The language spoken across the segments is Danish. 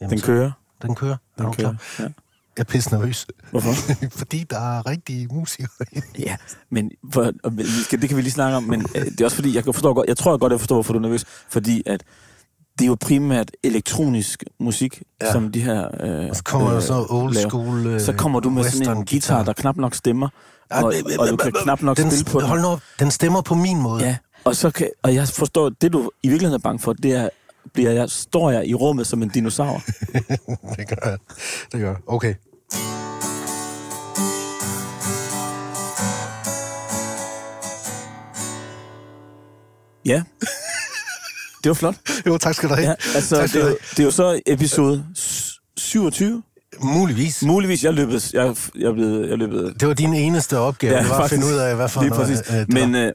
Jamen, den kører. Den kører. Den kører, ja. Jeg er pisse nervøs. Hvorfor? Fordi der er rigtige musikere. Ja, men det kan vi lige snakke om, men det er også fordi, jeg forstår, hvorfor du er nervøs, fordi at det er jo primært elektronisk musik, som de her og så kommer der så old school så kommer du med sådan en guitar, der knap nok stemmer, og du kan knap nok spille på den. Hold nu op, den stemmer på min måde. Ja, og jeg forstår, det du i virkeligheden er bange for, det er, står jeg i rummet som en dinosaur? Det gør jeg. Okay. Ja. Det var flot. Jo, tak skal du have. Ja, altså, det er jo så episode 27. Muligvis. Jeg løbede. Det var din eneste opgave, det var at finde ud af, hvad for noget.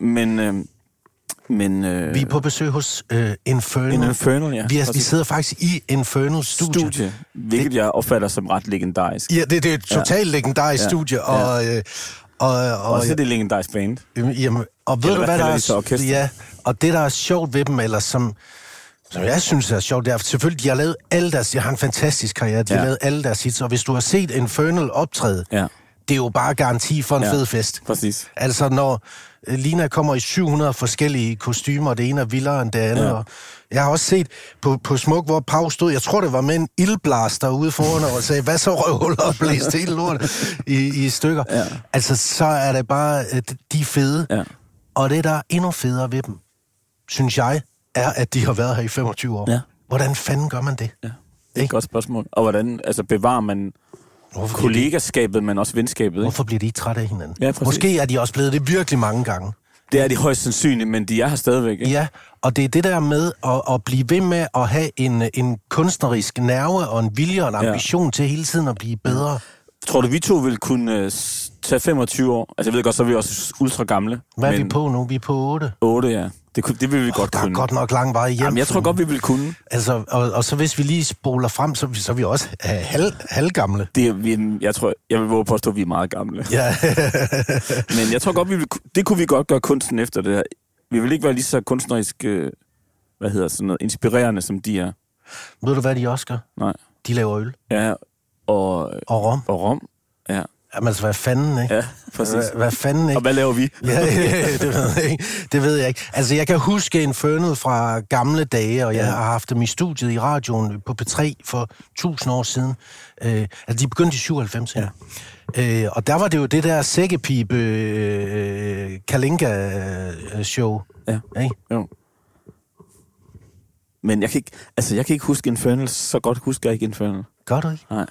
Men vi er på besøg hos Infernal. Infernal, ja. Vi sidder faktisk i Infernal studie, hvilket jeg opfatter som ret legendarisk. Ja, det er et totalt legendarisk studie, og også det legendarisk band. Jamen, og ved du hvad der er? Ja, og det der er sjovt ved dem, eller som jeg synes er sjovt, det er selvfølgelig, de har lavet alle deres, jeg har en fantastisk karriere, de har lavet alle deres hits, og hvis du har set Infernal optræde, det er jo bare garanti for en fed fest. Præcis. Altså når Lina kommer i 700 forskellige kostymer, og det ene er vildere end det andet, og jeg har også set på Smuk, hvor Pau stod, jeg tror det var med en ildblaster ude foran og sagde, hvad så røvhuller, og blæste hele lortet i stykker. Ja. Altså så er det bare, de er fede. Ja. Og det, der er endnu federe ved dem, synes jeg, er, at de har været her i 25 år. Ja. Hvordan fanden gør man det? Ja. Det er et godt spørgsmål. Og hvordan bevarer man kollegaskabet, men også venskabet? Ikke? Hvorfor bliver de trætte af hinanden? Ja, måske er de også blevet det virkelig mange gange. Det er de højst sandsynligt, men de er her stadigvæk. Ikke? Ja, og det er det der med at blive ved med at have en kunstnerisk nerve og en vilje og en ambition til hele tiden at blive bedre. Tror du, vi to vil kunne tage 25 år? Altså, jeg ved godt, så er vi også ultra gamle. Hvad er vi på nu? Vi er på 8. 8, ja. Det vil vi godt kunne. Der er godt nok lang vej hjem. Jamen, jeg tror godt, vi vil kunne. Altså, og så hvis vi lige spoler frem, så er vi også halvgamle. Jeg vil våge påstå, at vi er meget gamle. Ja. Men jeg tror godt, det kunne vi godt gøre kunsten efter det her. Vi vil ikke være lige så kunstnerisk, inspirerende, som de er. Ved du, hvad de også gør? Nej. De laver øl. Ja, og rom. Og rom, ja. Jamen altså, hvad fanden, ikke? Ja, præcis. Hvad fanden, ikke? Og hvad laver vi? Det ved jeg ikke. Altså, jeg kan huske Infernal fra gamle dage, og jeg har haft dem i studiet i radioen på P3 for 1000 år siden. Altså, de begyndte i 97, ja. Og der var det jo det der sækkepipe Kalinka-show. Ja, ikke? Jo. Men jeg kan ikke huske Infernal, så godt husker jeg ikke Infernal. Gør du ikke? Nej.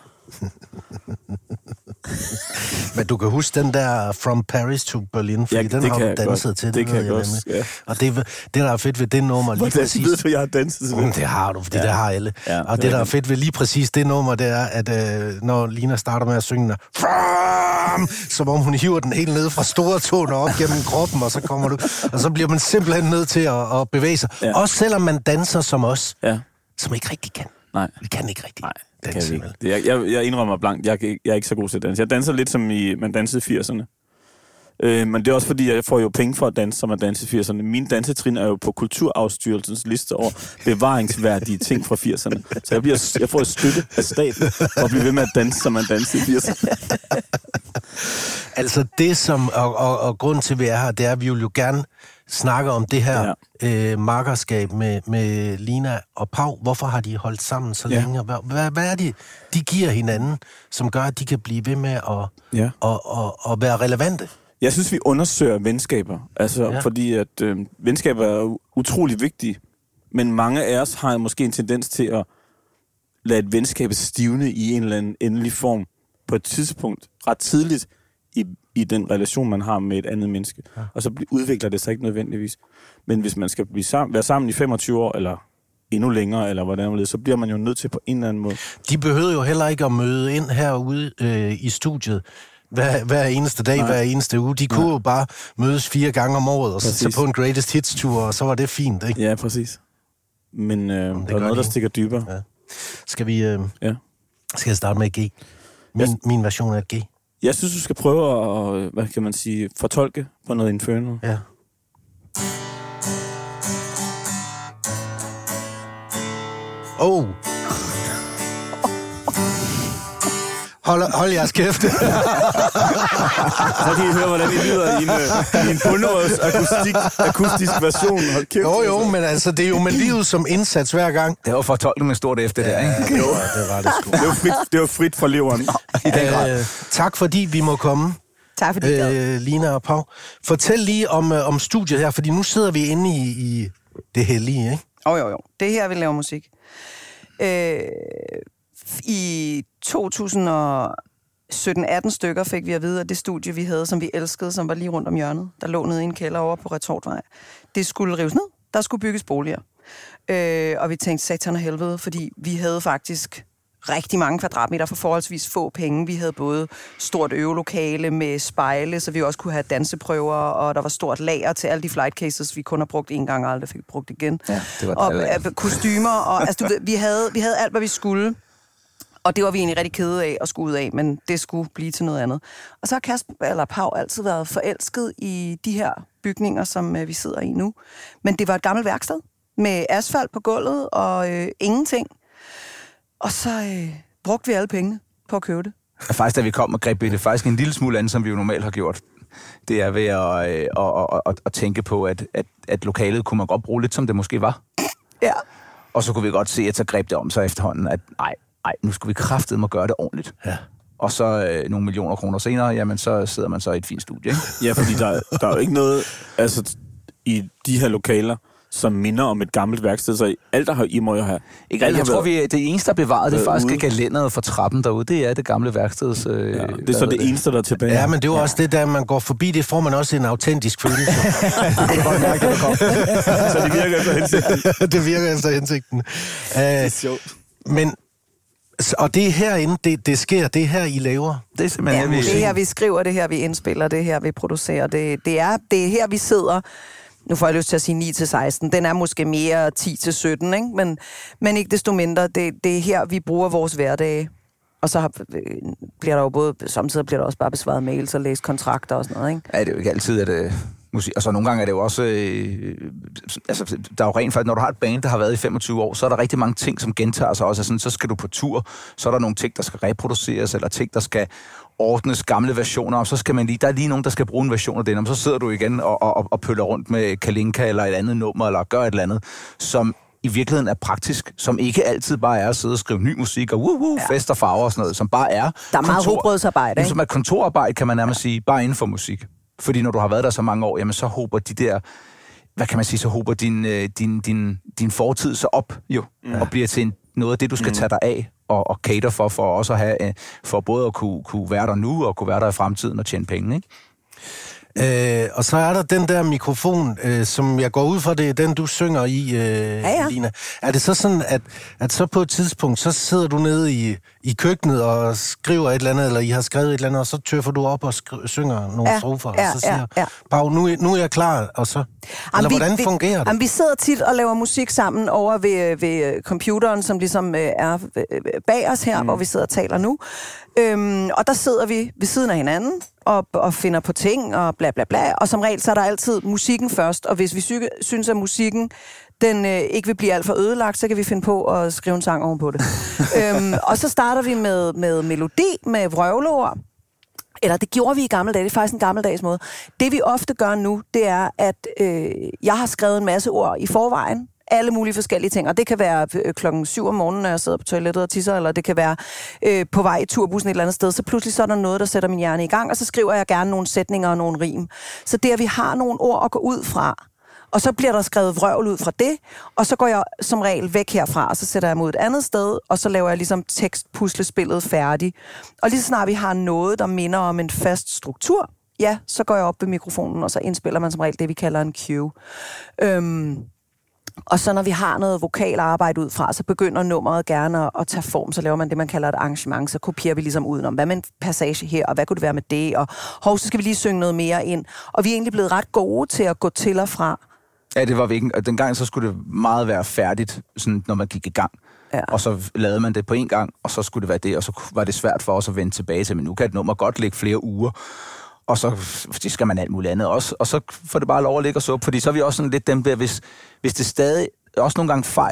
Men du kan huske den der From Paris to Berlin, fordi den har du danset til. Det kan jeg også, ja. Og det der er fedt ved det nummer lige præcis... Hvordan ved du, jeg har danset til det? Det har du, fordi det har alle. Ja, og det der er fedt ved lige præcis det nummer, det er, at når Lina starter med at synge der, From, som om hun hiver den helt ned fra store tårne op gennem kroppen, og så kommer du... Og så bliver man simpelthen nødt til at bevæge sig. Ja. Også selvom man danser som os, som ikke rigtig kan. Nej. Vi kan ikke rigtig. Nej. Jeg indrømmer blankt, jeg er ikke så god til at danse. Jeg danser lidt som man dansede i 80'erne. Men det er også fordi, jeg får jo penge for at danse, som at danse i 80'erne. Mine dansetrin er jo på Kulturarvsstyrelsens liste over bevaringsværdige ting fra 80'erne. Så jeg får et støtte af staten for at blive ved med at danse, som man dansede i 80'erne. Altså det som, og grunden til, at vi er her, det er, at vi vil jo gerne snakke om det her makkerskab med Lina og Pau. Hvorfor har de holdt sammen så længe? Hvad er det, de giver hinanden, som gør, at de kan blive ved med at være relevante? Jeg synes, vi undersøger venskaber. Altså, fordi at venskaber er utrolig vigtige. Men mange af os har måske en tendens til at lade et venskab stivne i en eller anden endelig form på et tidspunkt ret tidligt i den relation, man har med et andet menneske. Ja. Og så udvikler det sig ikke nødvendigvis. Men hvis man skal være sammen i 25 år, eller endnu længere, eller hvordan det er, så bliver man jo nødt til på en eller anden måde. De behøvede jo heller ikke at møde ind herude i studiet hver eneste dag, hver eneste uge. De kunne jo bare mødes 4 gange om året, og så tage på en Greatest Hits-tur, og så var det fint, ikke? Ja, præcis. Men der er noget, der stikker dybere. Ja. Skal jeg starte med et G? Min version er et G. Jeg synes, du skal prøve at, fortolke på noget Infernal. Ja. Hold jeres kæft. Så kan I høre, hvordan I lyder i en bunderåds akustisk version. Hold kæft. Jo, men altså, det er jo med livet som indsats hver gang. Det var fortolkning med stort efter der, ikke? Jo, det var det sgu. Det var frit fra leveren. I den grad. Tak fordi vi må komme. Tak fordi Lina og Pau. Fortæl lige om studiet her, fordi nu sidder vi inde i det hellige, ikke? Jo. Det er her, vi laver musik. I 2017-18 stykker fik vi at vide, at det studie, vi havde, som vi elskede, som var lige rundt om hjørnet, der lå nede i en kælder over på Retortvej, det skulle rives ned. Der skulle bygges boliger. Og vi tænkte, satan og helvede, fordi vi havde faktisk rigtig mange kvadratmeter for forholdsvis få penge. Vi havde både stort øvelokale med spejle, så vi også kunne have danseprøver, og der var stort lager til alle de flight cases, vi kun har brugt en gang og aldrig fik brugt igen. Ja, det var og kostymer, og altså, du ved, vi havde alt, hvad vi skulle. Og det var vi egentlig rigtig kede af at skulle ud af, men det skulle blive til noget andet. Og så har Pau altid været forelsket i de her bygninger, som vi sidder i nu. Men det var et gammelt værksted med asfalt på gulvet og ingenting. Og så brugte vi alle pengene på at købe det. Og faktisk, da vi kom og greb det, faktisk en lille smule andet, som vi jo normalt har gjort. Det er ved at tænke på, at lokalet kunne man godt bruge lidt, som det måske var. Ja. Og så kunne vi godt se, at så greb det om sig efterhånden, at nej, nu skulle vi kraftedeme gøre det ordentligt. Ja. Og så nogle millioner kroner senere, jamen så sidder man så i et fint studie, ikke? Ja, fordi der er jo ikke noget altså, i de her lokaler, som minder om et gammelt værksted, så alt, der har I må jo have... Jeg tror, det eneste, der bevaret, det er faktisk gelænderet for trappen derude, det er det gamle værksteds... det er så det eneste, der er tilbage. Ja, men det er jo også det, der man går forbi, det får man også en autentisk følelse. Det er godt mærke, det kom. Så det virker efter hensigten. Det virker efter hensigten. Det er sjovt. Men... Og det er herinde, det sker, det er her, I laver? Det er simpelthen det er her, vi skriver, det her, vi indspiller, det her, vi producerer. Det er her, vi sidder. Nu får jeg lyst til at sige 9-16. Den er måske mere 10-17, ikke? Men ikke desto mindre, det er her, vi bruger vores hverdage. Og så bliver der jo både, samtidig bliver der også bare besvaret mails og læst kontrakter og sådan noget, ikke? Ja, det er jo ikke altid, at musik... Og så nogle gange er det jo også... altså, der er jo rent faktisk, når du har et band, der har været i 25 år, så er der rigtig mange ting, som gentager sig også. Altså, så skal du på tur, så er der nogle ting, der skal reproduceres, eller ting, der skal ordnes, gamle versioner, og så skal man lige... Der er lige nogen, der skal bruge en version af den, og så sidder du igen og pøller rundt med Kalinka eller et andet nummer, eller gør et eller andet, som i virkeligheden er praktisk, som ikke altid bare er at sidde og skrive ny musik og fest og farver og sådan noget, som bare er... Der er meget rugbrødsarbejde, ikke? Som er kontorarbejde, kan man nærmest sige, bare inden for musik. Fordi når du har været der så mange år, jamen så håber de der... Hvad kan man sige? Så håber din fortid så op, jo, og bliver til noget af det, du skal tage dig af og cater for også at have... For både at kunne være der nu og kunne være der i fremtiden og tjene penge, ikke? Og så er der den der mikrofon, som jeg går ud fra, det er den, du synger i, Lina. Er det så sådan, at så på et tidspunkt, så sidder du nede i køkkenet og skriver et eller andet, eller I har skrevet et eller andet, og så tøffer du op og synger nogle strofer, og så siger Pau, nu er jeg klar, og så... Eller hvordan fungerer det? Vi sidder tit og laver musik sammen over ved computeren, som ligesom er bag os her, hvor vi sidder og taler nu. Og der sidder vi ved siden af hinanden og finder på ting og bla bla bla. Og som regel så er der altid musikken først. Og hvis vi synes, at musikken den ikke vil blive alt for ødelagt, så kan vi finde på at skrive en sang ovenpå det. Og så starter vi med melodi, med vrøvleord. Eller det gjorde vi i gamle dage, det er faktisk en gammeldags måde. Det vi ofte gør nu, det er, at jeg har skrevet en masse ord i forvejen. Alle mulige forskellige ting, og det kan være 7:00 om morgenen, når jeg sidder på toilettet og tisser, eller det kan være på vej i turbussen et eller andet sted, så pludselig så er der noget, der sætter min hjerne i gang, og så skriver jeg gerne nogle sætninger og nogle rim. Så det, at vi har nogle ord at gå ud fra, og så bliver der skrevet vrøvl ud fra det, og så går jeg som regel væk herfra, og så sætter jeg mod et andet sted, og så laver jeg ligesom tekstpuslespillet færdig. Og lige så snart vi har noget, der minder om en fast struktur, ja, så går jeg op ved mikrofonen, og så indspiller man som regel det, vi kalder en cue. Og så når vi har noget vokalarbejde ud fra, så begynder nummeret gerne at tage form, så laver man det, man kalder et arrangement, så kopierer vi ligesom udenom, hvad med en passage her, og hvad kunne det være med det, og så skal vi lige synge noget mere ind. Og vi er egentlig blevet ret gode til at gå til og fra. Ja, det var vi ikke. Og dengang så skulle det meget være færdigt, sådan, når man gik i gang. Ja. Og så lavede man det på en gang, og så skulle det være det, og så var det svært for os at vende tilbage til, men nu kan et nummer godt ligge flere uger. Og så skal man alt muligt andet også, og så får det bare lov at ligge og så, fordi så er vi også sådan lidt dem der, hvis det stadig, også nogle gange fejl,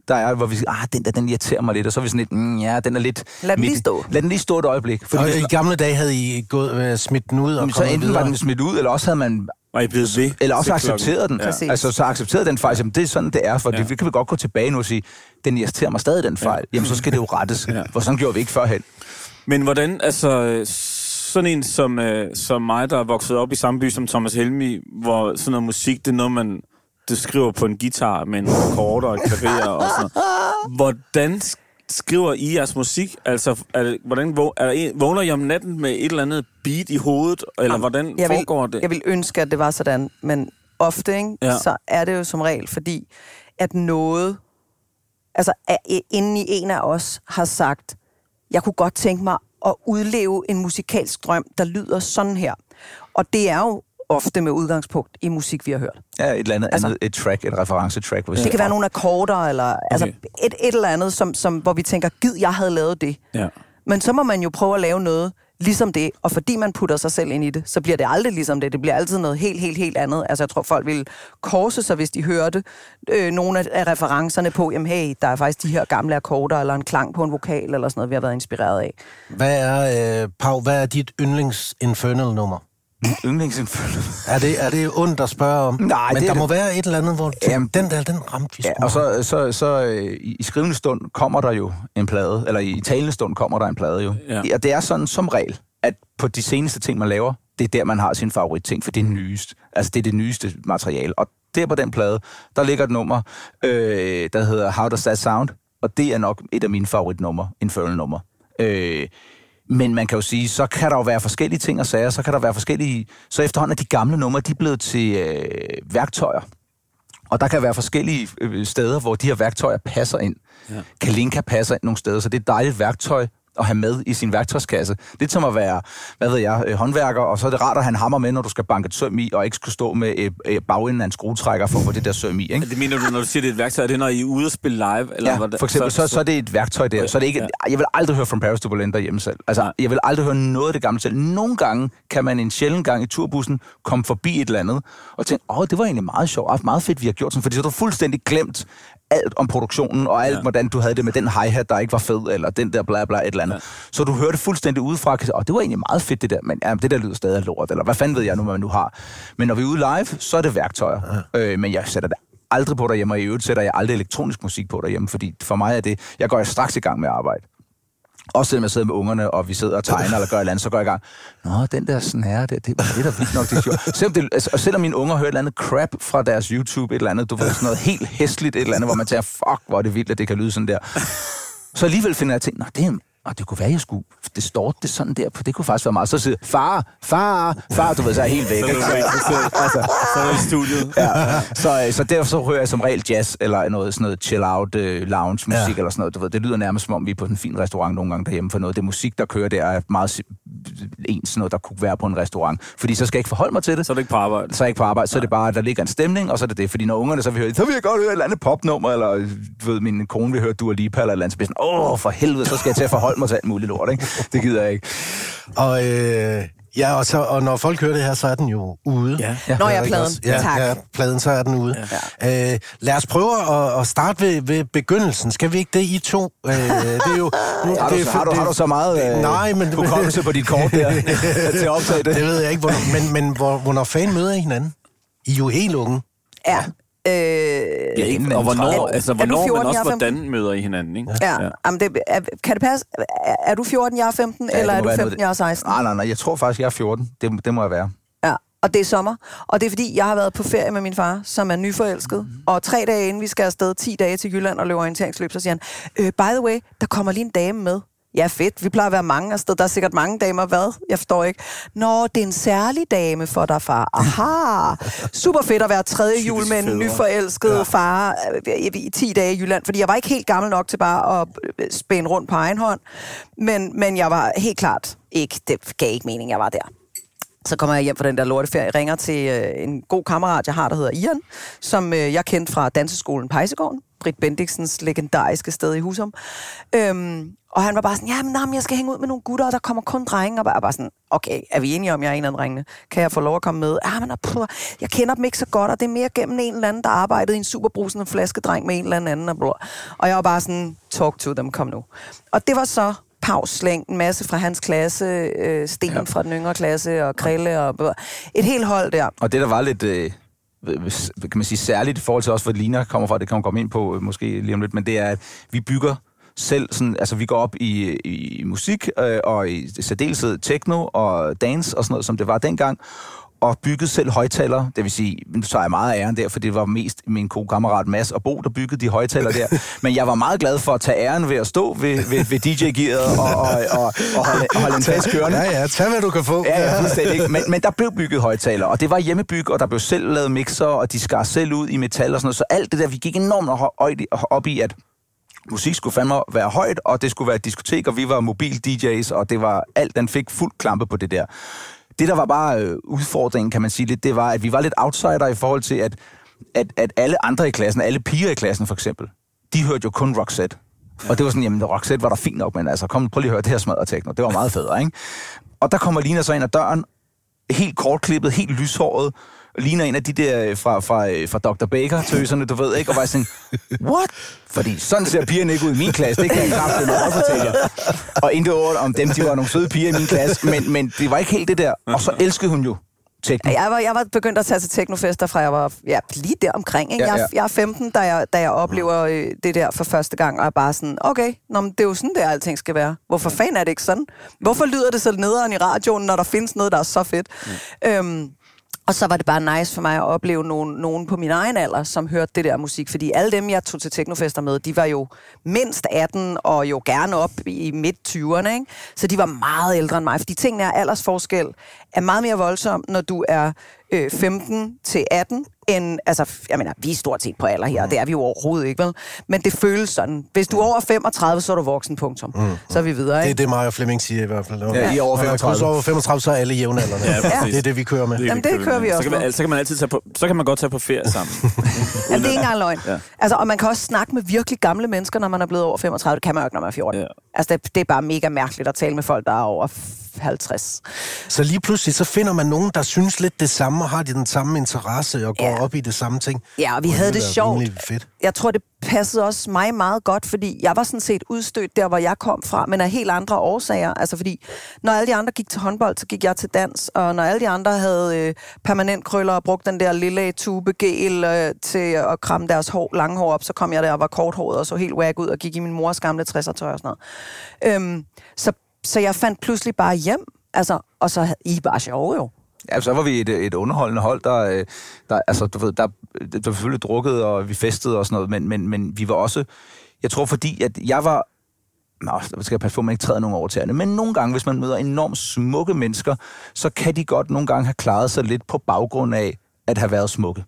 der er, hvor vi siger, den irriterer mig lidt, og så er vi sådan lidt, den er lidt... Lad den lige stå. Lad den lige stå et øjeblik. Fordi og i gamle dage havde I gået smidt den ud og så enten var den smidt ud, eller også havde man... Eller også accepteret den. Ja. Altså, så accepteret den fejl. Jamen, det er sådan, det er, for vi kan godt gå tilbage nu og sige, den irriterer mig stadig, den fejl. Jamen, så skal det jo rettes. For sådan gjorde vi ikke førhen. Men hvordan, altså... Sådan en som mig, der er vokset op i samme by som Thomas Helmig, hvor sådan noget musik, det er noget, man skriver på en guitar med en akkord og et klaver og sådan noget. Hvordan skriver I jeres musik? Altså, vågner I om natten med et eller andet beat i hovedet? Eller hvordan foregår det? Jeg vil ønske, at det var sådan, men ofte, ikke, så er det jo som regel, fordi at noget, altså inden i en af os har sagt, jeg kunne godt tænke mig at udleve en musikalsk drøm, der lyder sådan her. Og det er jo ofte med udgangspunkt i musik, vi har hørt. Ja, et eller andet, et track, et referencetrack. Det kan være nogle akkorder, eller altså et eller andet, som, hvor vi tænker, gid, jeg havde lavet det. Ja. Men så må man jo prøve at lave noget ligesom det, og fordi man putter sig selv ind i det, så bliver det aldrig ligesom det. Det bliver altid noget helt andet. Altså, jeg tror, folk vil korse sig, hvis de hørte nogle af referencerne på, jamen hey, der er faktisk de her gamle akkorder, eller en klang på en vokal, eller sådan noget, vi har været inspireret af. Pau, hvad er dit yndlings-Infernal-nummer? Yndlingsinfernal. Er det ondt at spørge om? Nej, men der må være et eller andet, hvor den ramte vi. Ja, og så i skrivende stund kommer der jo en plade, eller i talende stund kommer der en plade jo. Ja. Og det er sådan som regel, at på de seneste ting, man laver, det er der, man har sin favoritting, for det er nyest. Altså, det er det nyeste materiale. Og der på den plade, der ligger et nummer, der hedder How Does That Sound? Og det er nok et af mine favoritnummer, Infernal-nummer. Men man kan jo sige, så kan der jo være forskellige ting og sager, så kan der være forskellige... Så efterhånden er de gamle numre, de er blevet til værktøjer. Og der kan være forskellige steder, hvor de her værktøjer passer ind. Ja. Kalinka passer ind nogle steder, så det er et dejligt værktøj at have med i sin værktøjskasse. Lidt som at være, håndværker, og så er det rart at have en hammer med, når du skal banke et søm i, og ikke skulle stå med bagenden af en skruetrækker for at få det der søm i, ikke? Det mener du, når du siger, det er et værktøj, er det, når I er ude og spille live? Eller ja, for eksempel, så er det et værktøj der. Så er det ikke, jeg vil aldrig høre From Paris to Berlin derhjemme selv. Altså, jeg vil aldrig høre noget af det gamle selv. Nogle gange kan man en sjælden gang i turbussen komme forbi et eller andet, og tænke, det var egentlig meget sjovt, meget fedt, vi har gjort sådan, fordi så er du fuldstændig glemt alt om produktionen, og alt, hvordan du havde det med den hi-hat, der ikke var fed, eller den der bla bla, et eller andet. Ja. Så du hørte fuldstændig udefra, og det var egentlig meget fedt det der, men det der lyder stadig lort, eller hvad fanden ved jeg nu, hvad man nu har. Men når vi er ude live, så er det værktøjer. Ja. Men jeg sætter det aldrig på derhjemme, og i øvrigt sætter jeg aldrig elektronisk musik på derhjemme, fordi for mig er det, jeg går straks i gang med at arbejde. Også selvom jeg sidder med ungerne, og vi sidder og tegner eller gør et eller andet, så går jeg i gang. Nå, den der snære der, det er da vildt nok, det er sjovt. Selvom mine unger hører et eller andet crap fra deres YouTube, et eller andet, du ved, sådan noget helt hæsligt, et eller andet, hvor man tænker, fuck, hvor er det vildt, at det kan lyde sådan der. Så alligevel finder jeg ting, det kunne være, jeg skulle distort det sådan der, for det kunne faktisk være meget. Så siger far, du ved, så er jeg helt væk. Så er i studiet. Ja. Så derfor så hører jeg som regel jazz, eller sådan noget chill-out lounge musik, eller sådan noget. Du ved, det lyder nærmest som om, vi er på en fin restaurant nogle gange derhjemme, for noget det musik, der kører, det er meget ens noget, der kunne være på en restaurant. Fordi så skal jeg ikke forholde mig til det. Så er det ikke på arbejde. Så er jeg ikke på arbejde, så er det bare, at der ligger en stemning, og så er det det. Fordi når ungerne så vil høre, så vil jeg godt høre et eller andet popnummer, eller du ved, min kone vil høre Dua Lipa, eller et eller andet, så bliver sådan, for helvede, så skal jeg til at forholde mig til alt muligt lort, ikke? Det gider jeg ikke. Og når folk hører det her, så er den jo ude. Ja. Nå, ja, pladen. Tak. Ja, pladen, så er den ude. Ja. Lad os prøve at starte ved begyndelsen. Skal vi ikke det, I to? Det er jo... Har du så meget hukommelse på dit kort der til at optage det? Det ved jeg ikke, men hvornår fanden møder I hinanden? I er jo helt unge. Ja. Og hvornår, men også hvordan møder I hinanden, ikke? Ja. Jamen, kan det passe? Er du 14, jeg er 15, eller er du 15, jeg er 16? Nej, jeg tror faktisk, jeg er 14. Det må jeg være. Ja, og det er sommer. Og det er fordi, jeg har været på ferie med min far, som er nyforelsket. Og 3 dage inden vi skal afsted, 10 dage til Jylland og løbe orienteringsløb, så siger han, by the way, der kommer lige en dame med. Ja, fedt. Vi plejer at være mange afsted. Der er sikkert mange damer. Hvad? Jeg forstår ikke. Nå, det er en særlig dame for dig, far. Aha! Super fedt at være 3. jul med en nyforelsket far i 10 dage i Jylland. Fordi jeg var ikke helt gammel nok til bare at spænde rundt på egen hånd. Men jeg var helt klart ikke... Det gav ikke mening, jeg var der. Så kommer jeg hjem fra den der lorteferie, ringer til en god kammerat, jeg har, der hedder Ian, som jeg kendte fra danseskolen Pejsegården, Britt Bendiksens legendariske sted i Husum. Og han var bare sådan, men jeg skal hænge ud med nogle gutter, og der kommer kun drenge. Og jeg bare sådan, okay, er vi enige om, jeg er en af drengene? Kan jeg få lov at komme med? Jeg kender dem ikke så godt, og det er mere gennem en eller anden, der arbejdede i en superbrusende flaskedreng med en eller anden. Og jeg var bare sådan, talk to them, kom nu. Og det var så Paus Slæng, en masse fra hans klasse, Sten fra den yngre klasse, og Krille, og et helt hold der. Og det, der var lidt, kan man sige, særligt i forhold til os, hvor Lina kommer fra, det kan man komme ind på måske lige om lidt, men det er, at vi bygger selv sådan, altså vi går op i musik, og i særdeleshed techno og dance og sådan noget, som det var dengang, og byggede selv højtalere. Det vil sige, nu tager jeg meget af æren der, for det var mest min gode kammerat Mads og Bo, der byggede de højtalere der. Men jeg var meget glad for at tage æren ved at stå ved DJ-gearet og holde en fast kørende. Ja, tag hvad du kan få. Ja, men der blev bygget højtalere, og det var hjemmebyg, og der blev selv lavet mixer, og de skar selv ud i metal og sådan noget. Så alt det der, vi gik enormt op i, at musik skulle fandme være højt, og det skulle være et diskotek, og vi var mobil-DJ's, og det var alt, den fik fuld klampe på det der. Det, der var bare udfordringen, kan man sige lidt, det var, at vi var lidt outsider i forhold til, at alle andre i klassen, alle piger i klassen for eksempel, de hørte jo kun Roxette. Ja. Og det var sådan, jamen Roxette var der fint nok, men altså, prøv lige at høre det her smadret techno. Det var meget federe, ikke? Og der kommer Lina så ind ad døren, helt kortklippet, helt lyshåret, ligner en af de der fra Dr. Baker-tøserne, du ved, ikke? Og var sådan, what? Fordi sådan ser pigerne ikke ud i min klasse, det kan jeg kraftigt med at fortælle jer. Og intet ord om dem, de var nogle søde piger i min klasse, men det var ikke helt det der. Og så elskede hun jo techno. Jeg var begyndt at tage til technofester fra jeg var lige der omkring. Ikke? Jeg er 15, da jeg oplever det der for første gang, og er bare sådan, okay, det er jo sådan, der alting skal være. Hvorfor fanden er det ikke sådan? Hvorfor lyder det så nederen i radioen, når der findes noget, der er så fedt? Og så var det bare nice for mig at opleve nogen på min egen alder, som hørte det der musik. Fordi alle dem, jeg tog til technofester med, de var jo mindst 18 og jo gerne op i midt-20'erne. Ikke? Så de var meget ældre end mig. Fordi tingene er aldersforskel er meget mere voldsom, når du er 15 til 18, end, altså, jeg mener, vi er stort set på alder her, og det er vi jo overhovedet ikke, vel? Men det føles sådan. Hvis du er over 35, så er du voksen, punktum. Så er vi videre, ikke? Det er det, mig og Flemming siger i hvert fald. Ja, I er over 35. Så over 35, så er alle jævnaldrende. Ja, det er det, vi kører med. Jamen, det kører vi også. Så kan man altid tage på, så kan man godt tage på ferie sammen. Jamen, det er ikke engang løgn. Ja. Altså, og man kan også snakke med virkelig gamle mennesker, når man er blevet over 35. Det kan man jo ikke, når man er 14. Ja. Altså, det er bare mega mærkeligt at tale med folk, der er over 50. Så lige pludselig, så finder man nogen, der synes lidt det samme, og har de den samme interesse, og går op i det samme ting. Ja, og vi havde det sjovt. Jeg tror, det passede også mig meget godt, fordi jeg var sådan set udstødt der, hvor jeg kom fra, men af helt andre årsager. Altså fordi, når alle de andre gik til håndbold, så gik jeg til dans, og når alle de andre havde permanent krøller og brugte den der lille tube gel til at kramme deres lange hår op, så kom jeg der og var korthåret og så helt wag ud og gik i min mors gamle 60'er-tøj og sådan noget. Så jeg fandt pludselig bare hjem, altså, og så havde I bare sjove jo. Ja, så var vi et underholdende hold, der altså, du ved, der selvfølgelig drukket, og vi festede og sådan noget, men vi var også, jeg tror fordi, at jeg var, der skal jeg passe på, at man ikke træder nogen over tæerne, men nogle gange, hvis man møder enormt smukke mennesker, så kan de godt nogle gange have klaret sig lidt på baggrund af at have været smukke.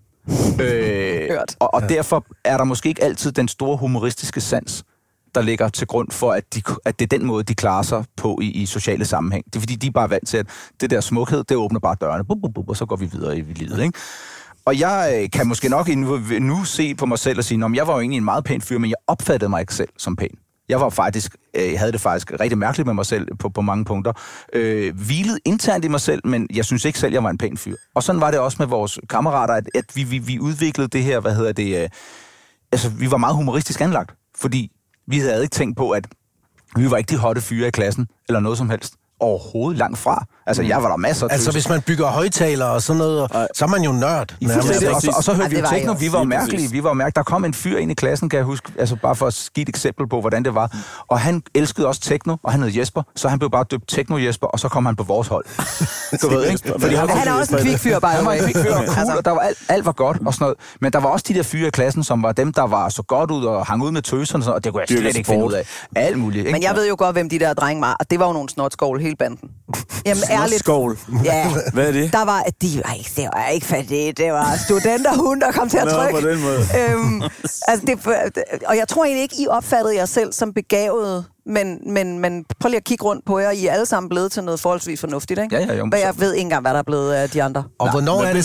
Og derfor er der måske ikke altid den store humoristiske sans, der ligger til grund for, at det er den måde, de klarer sig på i sociale sammenhæng. Det er fordi, de er bare vant til, at det der smukhed, det åbner bare dørene, og så går vi videre i livet, ikke? Og jeg kan måske nok nu se på mig selv og sige, at jeg var jo egentlig en meget pæn fyr, men jeg opfattede mig ikke selv som pæn. Jeg havde det faktisk rigtig mærkeligt med mig selv på mange punkter. Hvilede internt i mig selv, men jeg synes ikke selv, jeg var en pæn fyr. Og sådan var det også med vores kammerater, at vi udviklede det her, altså vi var meget humoristisk anlagt, fordi vi havde ikke tænkt på, at vi var ikke de hotte fyre i klassen, eller noget som helst. Overhovedet langt fra. Altså, jeg var der masser af Altså, hvis man bygger højtalere og sådan noget, så er man jo nørd. Og så hørte vi jo techno. Vi var jo mærkelige. Der kom en fyr ind i klassen, kan jeg huske, altså bare for at give et eksempel på, hvordan det var. Og han elskede også techno, og han hed Jesper, så han blev bare døbt Techno-Jesper, og så kom han på vores hold. Du ved, ikke? Fordi han er også en kvik fyr, bare. Han var en kvik fyr, og cool, og der var alt var godt og sådan noget. Men der var også de der fyre i klassen, som var dem, der var så godt ud og hang ud med tøserne, og det kunne jeg slet ikke finde ud af. Alt muligt, ikke? Men jeg ved jo godt, hvem de der drenge var, og det var jo nogle snotskål hele banden. Jamen ærligt. Skål. Ja. Hvad er det? Det var ikke fattigt. Det var studenterhund, der kom til at trykke. På den måde. Og jeg tror egentlig ikke, I opfattede jer selv som begavet, men prøv lige at kigge rundt på jer. I er alle sammen blevet til noget forholdsvis fornuftigt, ikke? Ja, jo. Jeg ved ikke engang, hvad der er blevet af de andre. Og hvornår er det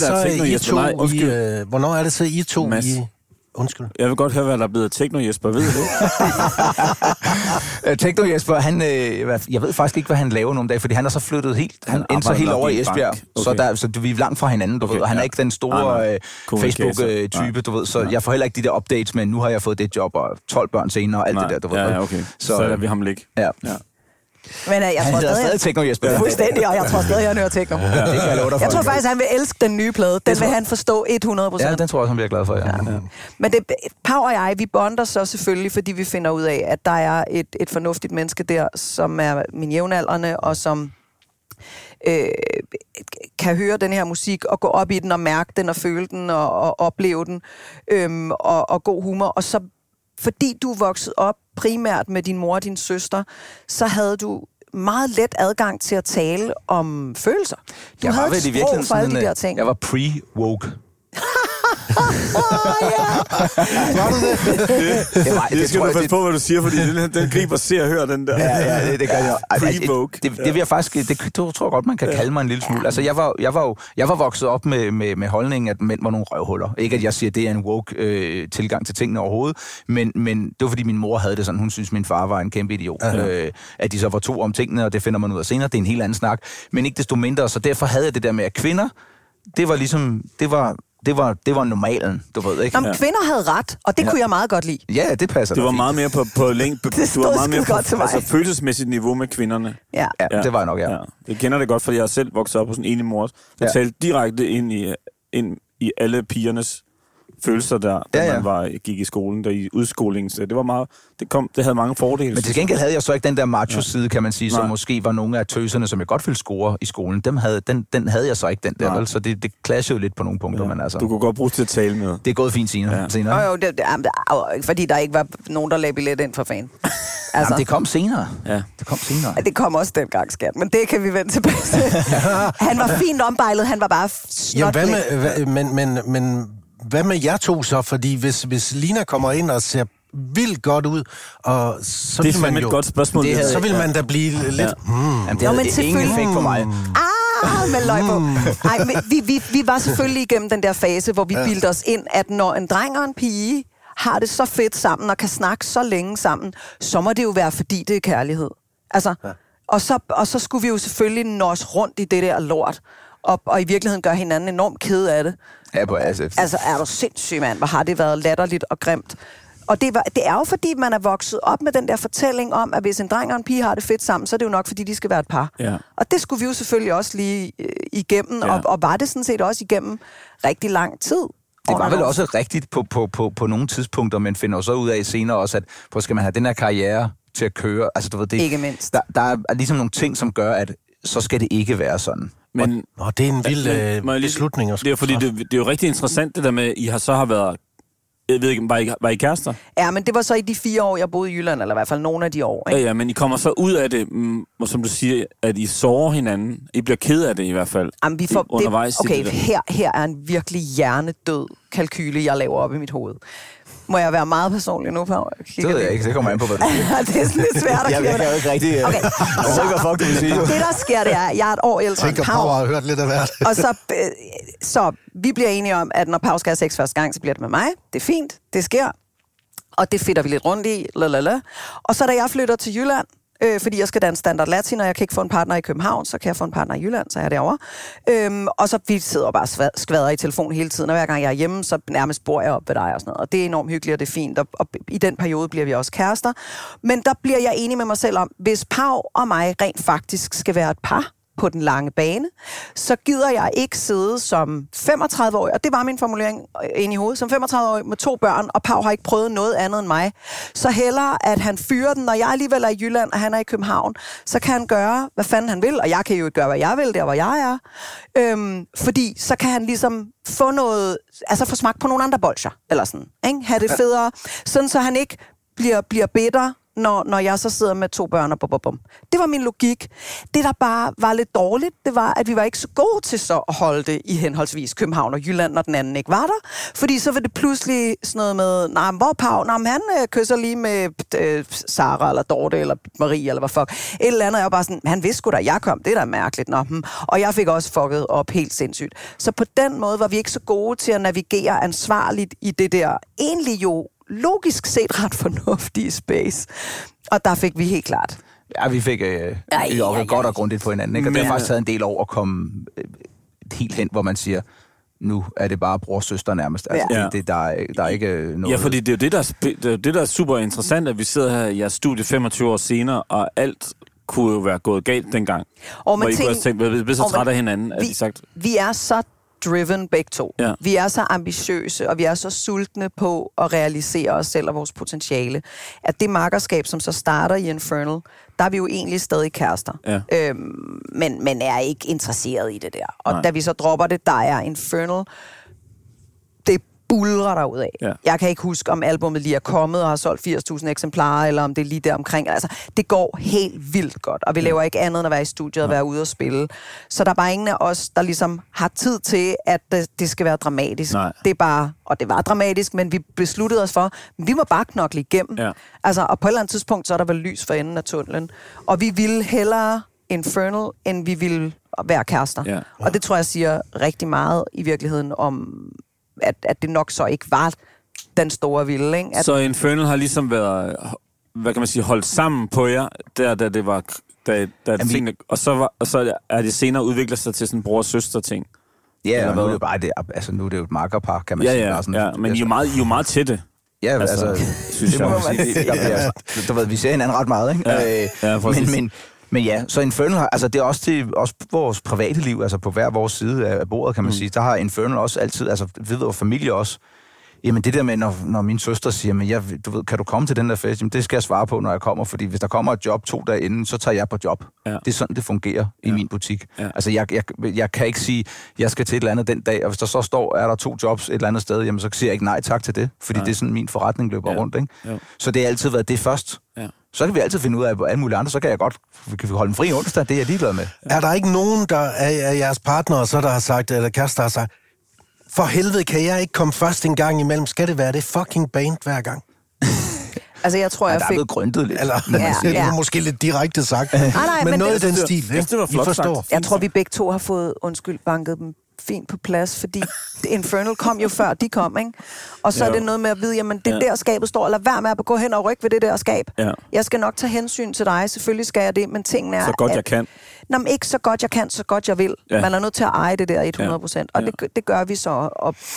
så I to Mads. Undskyld. Jeg vil godt høre, hvad der er blevet af Techno Jesper. Ved du det? Techno Jesper, jeg ved faktisk ikke, hvad han laver nogle dage, fordi han er så flyttet helt, han endte så helt over i Esbjerg. Okay. Så vi er langt fra hinanden, du ved, og han er ikke den store Facebook-type, du ved, så jeg får heller ikke de der updates med, nu har jeg fået det job, og 12 børn senere, og alt det der, du ved. Ja, okay. Så lader vi ham ligge. Ja. Men jeg han tror stadig Techno Jesper. Fuldstændig, og jeg tror stadig, han hører techno. Ja, det kan jeg love dig for. Jeg tror faktisk, han vil elske den nye plade. Den vil han forstå 100%. Ja, den tror jeg også, han bliver glad for, ja. Men Pau og jeg, vi bonder så selvfølgelig, fordi vi finder ud af, at der er et fornuftigt menneske der, som er min jævnaldrende, og som kan høre den her musik, og gå op i den, og mærke den, og føle den, og opleve den, og god humor. Og så, fordi du voksede op primært med din mor og din søster, så havde du meget let adgang til at tale om følelser. Du havde et sprog for alle de der ting. Jeg var pre-woke. Var du det? Det skal du passe på, hvad du siger, fordi den griber ser og hører den der. Ja, det gør jeg. Pre-woke. Det vil jeg faktisk, det tror jeg godt, man kan kalde mig en lille smule. Altså, jeg var vokset op med holdningen, at mænd var nogle røvhuller. Ikke at jeg siger, at det er en woke tilgang til tingene overhovedet, men det var fordi min mor havde det sådan, hun synes, min far var en kæmpe idiot. At de så var to om tingene, og det finder man ud af senere. Det er en helt anden snak. Men ikke desto mindre, så derfor havde jeg det der med, at kvinder, det var ligesom, det var normalen, du ved, ikke? Jamen, kvinder havde ret, og det kunne jeg meget godt lide. Ja, det passer. Det var meget mere på længde. Du var meget mere på følelsesmæssigt niveau med kvinderne. Ja, det var nok, ja. Jeg kender det godt, fordi jeg har selv vokset op hos en enig mor. Jeg talte direkte ind i alle pigernes følelser da man gik i skolen, der i udskolingen. Så det var meget, det havde mange fordele. Men til gengæld havde jeg så ikke den der macho-side, kan man sige, som måske var nogle af tøserne, som jeg godt ville score i skolen. Den havde jeg så ikke, den der, vel? Så det clashede jo lidt på nogle punkter, men altså... Du kunne godt bruge til at tale med. Det er gået fint senere. Jo, fordi der ikke var nogen, der lagde billet ind for fan. Altså, jamen, det kom senere. Ja. Det kom senere. Ja, det kom også dengang, skat, men det kan vi vende tilbage til. Han var fint ombejlet, han var bare snot. Men hvad med jer to så? Fordi hvis Lina kommer ind og ser vildt godt ud, og så det vil man jo... et godt spørgsmål. Så vil man da blive lidt... Jamen, det havde ingen effekt på mig. Med løg på. Ej, men vi var selvfølgelig igennem den der fase, hvor vi bildte os ind, at når en dreng og en pige har det så fedt sammen, og kan snakke så længe sammen, så må det jo være, fordi det er kærlighed. Altså, og så skulle vi jo selvfølgelig nå os rundt i det der lort, og i virkeligheden gøre hinanden enormt ked af det. Ja, på ASF. Altså, er du sindssyg, mand? Hvor har det været latterligt og grimt. Og det er jo fordi, man er vokset op med den der fortælling om, at hvis en dreng og en pige har det fedt sammen, så er det jo nok, fordi de skal være et par. Ja. Og det skulle vi jo selvfølgelig også lige igennem, og var det sådan set også igennem rigtig lang tid. Det var vel også rigtigt på nogle tidspunkter, men finder så ud af senere også, at skal man have den her karriere til at køre. Altså, du ved, det, ikke mindst. Der er ligesom nogle ting, som gør, at så skal det ikke være sådan. Men, det er en vild beslutning. Det er fordi, det er jo rigtig interessant, det der med, at I har været... Jeg ved ikke, var I kærester? Ja, men det var så i de 4 år, jeg boede i Jylland, eller i hvert fald nogle af de år. Ikke? Ja, men I kommer så ud af det, og som du siger, at I sårer hinanden. I bliver ked af det i hvert fald. Jamen, undervejs. Okay, her er en virkelig hjernedød kalkyle, jeg laver op i mit hoved. Må jeg være meget personlig nu, Pau? Det ved jeg ikke, det kommer an på, hvad du siger. Det er sådan lidt svært at jeg kan jo ikke rigtig... Okay. Jeg ved ikke, hvad fuck du vil sige. Det, der sker, det er, jeg er et år ældre end Pau. Pau har hørt lidt af hvert. Og så vi bliver enige om, at når Pau skal have sex første gang, så bliver det med mig. Det er fint, det sker. Og det fitter vi lidt rundt i. Og så da jeg flytter til Jylland, fordi jeg skal danse standard latin, og jeg kan ikke få en partner i København, så kan jeg få en partner i Jylland, så er jeg derovre. Og så vi sidder bare skvader i telefon hele tiden, og hver gang jeg er hjemme, så nærmest bor jeg op ved dig og sådan noget. Og det er enormt hyggeligt, og det er fint, og i den periode bliver vi også kærester. Men der bliver jeg enig med mig selv om, hvis Pau og mig rent faktisk skal være et par på den lange bane, så gider jeg ikke sidde som 35-årig, og det var min formulering inde i hovedet, som 35-årig med 2 børn, og Pau har ikke prøvet noget andet end mig. Så hellere, at han fyrer den, når jeg alligevel er i Jylland, og han er i København, så kan han gøre, hvad fanden han vil, og jeg kan jo gøre, hvad jeg vil, der hvor jeg er. Fordi så kan han ligesom få noget, altså få smagt på nogle andre bolcher, eller sådan, ikke? Have det federe, sådan så han ikke bliver bitter, når jeg så sidder med 2 børn og bum. Det var min logik. Det, der bare var lidt dårligt, det var, at vi var ikke så gode til så at holde det i henholdsvis København og Jylland, når den anden ikke var der. Fordi så var det pludselig sådan noget med, hvor Pau? Han kysser lige med Sara, eller Dorte, eller Marie, eller hvad fuck. Et eller andet, jeg var bare sådan, han vidste sgu da, jeg kom. Det er da mærkeligt. Og jeg fik også fucket op helt sindssygt. Så på den måde var vi ikke så gode til at navigere ansvarligt i det der egentlig jo logisk set ret fornuftige space. Og der fik vi helt klart. Ja, vi fik godt og grundigt på hinanden, ikke? Og det har faktisk taget en del år at komme helt hen, hvor man siger, nu er det bare bror og søster nærmest. Altså, der er ikke noget... Ja, fordi det er jo det, der er super interessant, at vi sidder her i jeres studie 25 år senere, og alt kunne jo være gået galt dengang. Og man tænker, vi blev så trætte af hinanden, at de sagt... Vi er så driven begge to. Ja. Vi er så ambitiøse, og vi er så sultne på at realisere os selv og vores potentiale, at det makkerskab, som så starter i Infernal, der er vi jo egentlig stadig kærester. Ja. Men er ikke interesseret i det der. Og da vi så dropper det, der er Infernal, det buldrer derudad. Ja. Jeg kan ikke huske, om albumet lige er kommet og har solgt 80.000 eksemplarer, eller om det er lige der omkring. Altså, det går helt vildt godt, og vi laver ikke andet end at være i studiet og være ude og spille. Så der er bare ingen af os, der ligesom har tid til, at det skal være dramatisk. Nej. Det er bare, og det var dramatisk, men vi besluttede os for, vi må bare knokle igennem. Ja. Altså, og på et eller andet tidspunkt, så er der vel lys for enden af tunnelen. Og vi ville hellere Infernal, end vi ville være kærester. Ja. Og det tror jeg siger rigtig meget i virkeligheden om... At det nok så ikke var den store vilde, ikke? Så Infernal har ligesom været, hvad kan man sige, holdt sammen på jer, da det var... tingene, og så er det senere udviklet sig til sådan en bror-søster-ting. Ja, og nu er det jo bare det, altså nu er det jo et makkerpar, kan man sige. Ja, men I er jo meget tætte. Ja, altså synes det må man sige. Du ved, vi ser hinanden ret meget, ikke? Men ja, så Infernal har, altså det er også vores private liv, altså på hver vores side af bordet, kan man sige. Der har Infernal også altid, altså ved vores familie også, jamen det der med, når min søster siger, men du ved, kan du komme til den der fest? Jamen det skal jeg svare på, når jeg kommer, fordi hvis der kommer et job 2 dage inden, så tager jeg på job. Ja. Det er sådan, det fungerer i min butik. Ja. Altså jeg kan ikke sige, jeg skal til et eller andet den dag, og hvis der så står, er der 2 jobs et eller andet sted, jamen så siger jeg ikke nej tak til det, fordi det er sådan, min forretning løber rundt, ikke? Ja. Så det har altid været det først. Ja. Så kan vi altid finde ud af, alle mulige andre, så kan vi holde en fri onsdag, det er jeg ligeglad med. Ja. Er der ikke nogen, der er jeres partnere, så der har sagt, eller kærester har sagt, for helvede, kan jeg ikke komme først en gang imellem? Skal det være det fucking band hver gang? Altså, jeg tror, jeg fik... Der er blevet grøntet lidt. Eller, det er måske lidt direkte sagt. Men noget i den stil, ikke? Det var flot sagt. Jeg tror, vi begge to har fået, banket dem fint på plads, fordi Infernal kom jo før de kom, ikke? Og så er det noget med at vide, jamen det der skabet står, eller vær med at gå hen og rykke ved det der skab. Ja. Jeg skal nok tage hensyn til dig, selvfølgelig skal jeg det, men tingene er... Så godt jeg kan. Nå, men ikke så godt jeg kan, så godt jeg vil. Ja. Man er nødt til at eje det der 100%, og det gør vi så.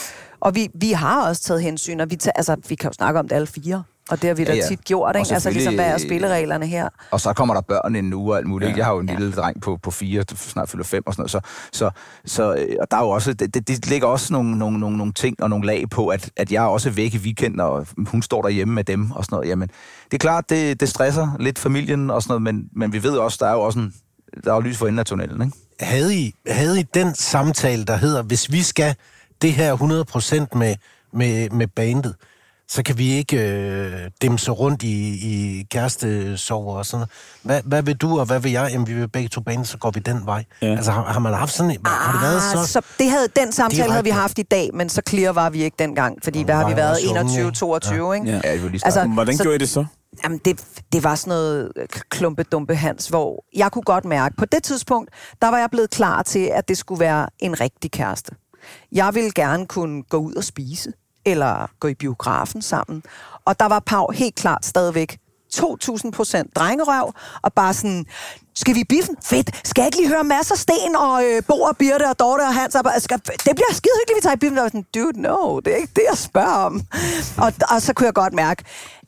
Og vi har også taget hensyn, og vi kan jo snakke om det alle 4. Og det har vi da tit gjort, ikke? Altså ligesom, hvad er spillereglerne her? Og så kommer der børn en uge og alt muligt. Ja. Jeg har jo en lille dreng på 4, snart fylder 5 og sådan noget. Så og der er jo også, det ligger også nogle ting og nogle lag på, at jeg er også væk i weekenden, og hun står derhjemme med dem og sådan noget. Jamen, det er klart, det stresser lidt familien og sådan noget, men vi ved også, der er jo også der er jo lys for enden af tunnelen, ikke? Havde I den samtale, der hedder, hvis vi skal det her 100% med bandet, så kan vi ikke dimse rundt i kærestesover og sådan noget. Hvad vil du, og hvad vil jeg? Jamen, vi vil begge 2 baner, så går vi den vej. Ja. Altså, har man haft sådan en... Har det været så den samtale havde vi haft i dag, men så clear var vi ikke dengang, fordi hvad har vi været? 21-22, ikke? Ja, det var lige altså, hvordan gjorde I det så? Jamen, det var sådan noget klumpe-dumpe Hans, hvor jeg kunne godt mærke, på det tidspunkt, der var jeg blevet klar til, at det skulle være en rigtig kæreste. Jeg ville gerne kunne gå ud og spise, eller gå i biografen sammen. Og der var Pau helt klart stadigvæk 2000% drengerøv, og bare sådan, skal vi i biffen? Fedt! Skal jeg ikke lige høre masser af Sten, og Bo og Birte og Dorte og Hans? Det bliver skide hyggeligt, vi tager i biffen. Og sådan, dude, no, det er ikke det, jeg spørger om. Og så kunne jeg godt mærke,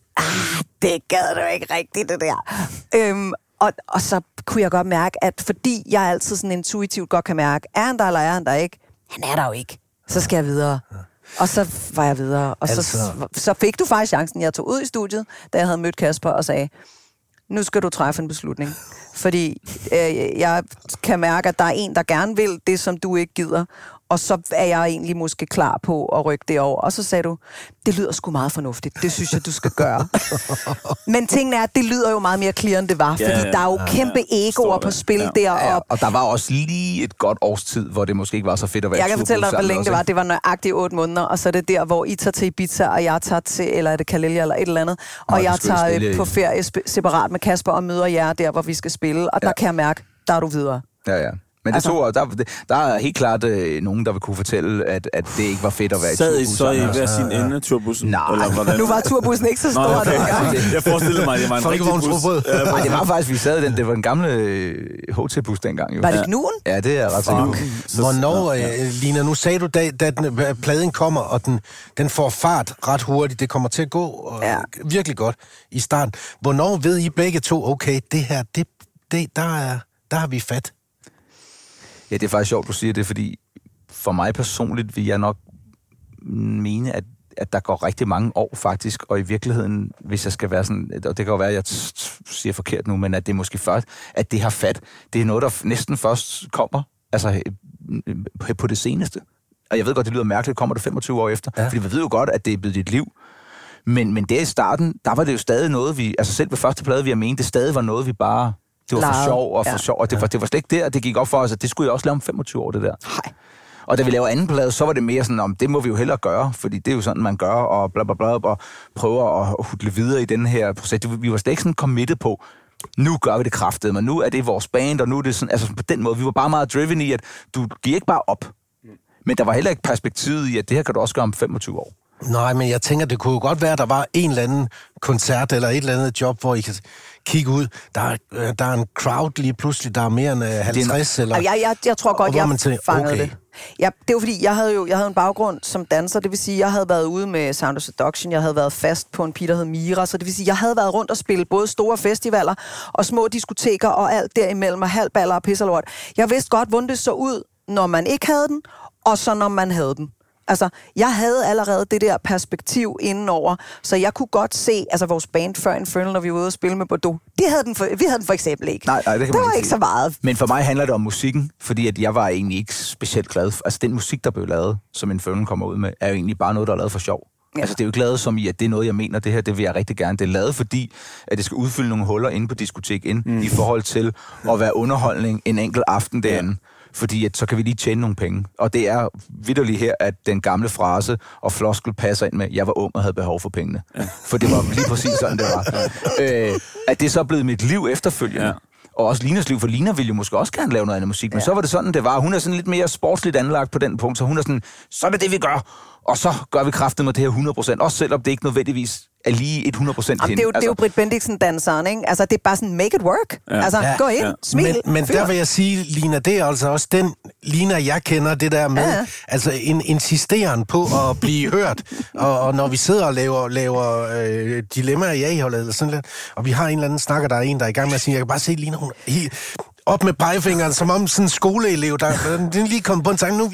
det gad du ikke rigtigt, det der. Og så kunne jeg godt mærke, at fordi jeg altid sådan intuitivt godt kan mærke, er han der, eller er han der ikke? Han er der jo ikke. Så skal jeg videre. Og så var jeg videre. Og så fik du faktisk chancen. Jeg tog ud i studiet, da jeg havde mødt Kasper og sagde, nu skal du træffe en beslutning. Fordi jeg kan mærke, at der er en, der gerne vil det, som du ikke gider. og så er jeg egentlig måske klar på at rykke det over. Og så sagde du, det lyder sgu meget fornuftigt. Det synes jeg, du skal gøre. Men tingene er, at det lyder jo meget mere clear, end det var. Fordi der er jo kæmpe egoer på spil der. Og der var også lige et godt års tid, hvor det måske ikke var så fedt at være. Jeg kan fortælle dig, hvor længe det var. Det var nøjagtigt 8 måneder, og så er det der, hvor I tager til Ibiza, og jeg tager til, eller er det Calella, eller et eller andet. Og jeg tager på ferie separat med Kasper og møder jer der, hvor vi skal spille. Og der kan jeg mærke, der er du videre. Ja. Men der er helt klart nogen, der vil kunne fortælle, at det ikke var fedt at være i turbus. Sad I så i hver sin ende af turbussen? Nej. Nu var turbussen ikke så stor. Jeg forestillede mig, det var en rigtig bus. Nej, det var faktisk, vi sad i den. Det var en gamle HT-bus dengang. Jo. Var det Knuden? Ja, det er ret sikkert. Hvornår, Lina, nu sagde du, da pladen kommer, og den får fart ret hurtigt, det kommer til at gå virkelig godt i starten. Hvornår ved I begge to, okay, det her, der har vi fat? Ja, det er faktisk sjovt, du siger det, fordi for mig personligt vil jeg nok mene, at der går rigtig mange år faktisk, og i virkeligheden, hvis jeg skal være sådan, og det kan jo være, at jeg siger forkert nu, men at det er måske først, at det har fat, det er noget, der næsten først kommer, altså på det seneste. Og jeg ved godt, det lyder mærkeligt, kommer det 25 år efter, fordi vi ved jo godt, at det er blevet dit liv. Men der i starten, der var det jo stadig noget, altså selv ved første plade, vi har ment, det stadig var noget, vi bare... Det var for sjov og for sjov, og det var slet ikke der, det gik op for os, at det skulle jeg også lave om 25 år, det der. Nej. Og da vi laver anden plade, så var det mere sådan, om det må vi jo hellere gøre, fordi det er jo sådan, man gør, og bla bla bla, og prøver at hudle videre i den her proces. Vi var slet ikke sådan committed på, nu gør vi det kraftedeme, men nu er det vores band, og nu er det sådan, altså på den måde, vi var bare meget driven i, at du giver ikke bare op. Men der var heller ikke perspektivet i, at det her kan du også gøre om 25 år. Nej, men jeg tænker, det kunne jo godt være, at der var en eller anden koncert eller et eller andet job, hvor I kan kigge ud. Der er en crowd lige pludselig, der er mere end 50. Eller, jeg tror godt, jeg fangede okay. det. Ja, det var fordi, jeg havde en baggrund som danser, det vil sige, jeg havde været ude med Sound of Seduction, jeg havde været fast på en pige, der hed Mira, så det vil sige, jeg havde været rundt og spille både store festivaler og små diskoteker og alt derimellem, og halvballer og pisserlort. Jeg vidste godt, hvordan det så ud, når man ikke havde den, og så når man havde den. Altså, jeg havde allerede det der perspektiv indenover, så jeg kunne godt se, altså vores band før Infernal, når vi var ude og spille med Bordeaux, vi havde den for eksempel ikke. Nej, det var ikke så meget. Men for mig handler det om musikken, fordi at jeg var egentlig ikke specielt glad for, altså den musik, der blev lavet, som Infernal kommer ud med, er jo egentlig bare noget, der er lavet for sjov. Ja. Altså, det er jo ikke lavet som i, at det er noget, jeg mener, det her, det vil jeg rigtig gerne. Det er lavet fordi, at det skal udfylde nogle huller inde på diskotek i forhold til at være underholdning en enkelt aften derinde. Ja. Fordi at så kan vi lige tjene nogle penge. Og det er vitterligt her, at den gamle frase og floskel passer ind med, jeg var ung og havde behov for pengene. Ja. For det var lige præcis sådan, det var. At det så er blevet mit liv efterfølgende. Ja. Og også Linas liv, for Lina ville jo måske også gerne lave noget andet musik, men så var det sådan, det var. Hun er sådan lidt mere sportsligt anlagt på den punkt, så hun er sådan, så er det vi gør. Og så gør vi kraften med det her 100%, også selvom det ikke nødvendigvis er lige 100% hende. Det er jo Britt Bendiksen-danseren, ikke? Altså, det er bare sådan, make it work. Ja. Altså, gå ind, smil. Men der vil jeg sige, Lina, det er altså også den Lina, jeg kender, det der med, altså en insisteren på at blive hørt. Og når vi sidder og laver dilemmaer i A-holdet eller sådan lidt, og vi har en eller anden snakker, der er en, der er i gang med at sige, jeg kan bare se Lina, hun er helt op med pegefingeren, som om sådan en skoleelev, den lige kom på en sang nu.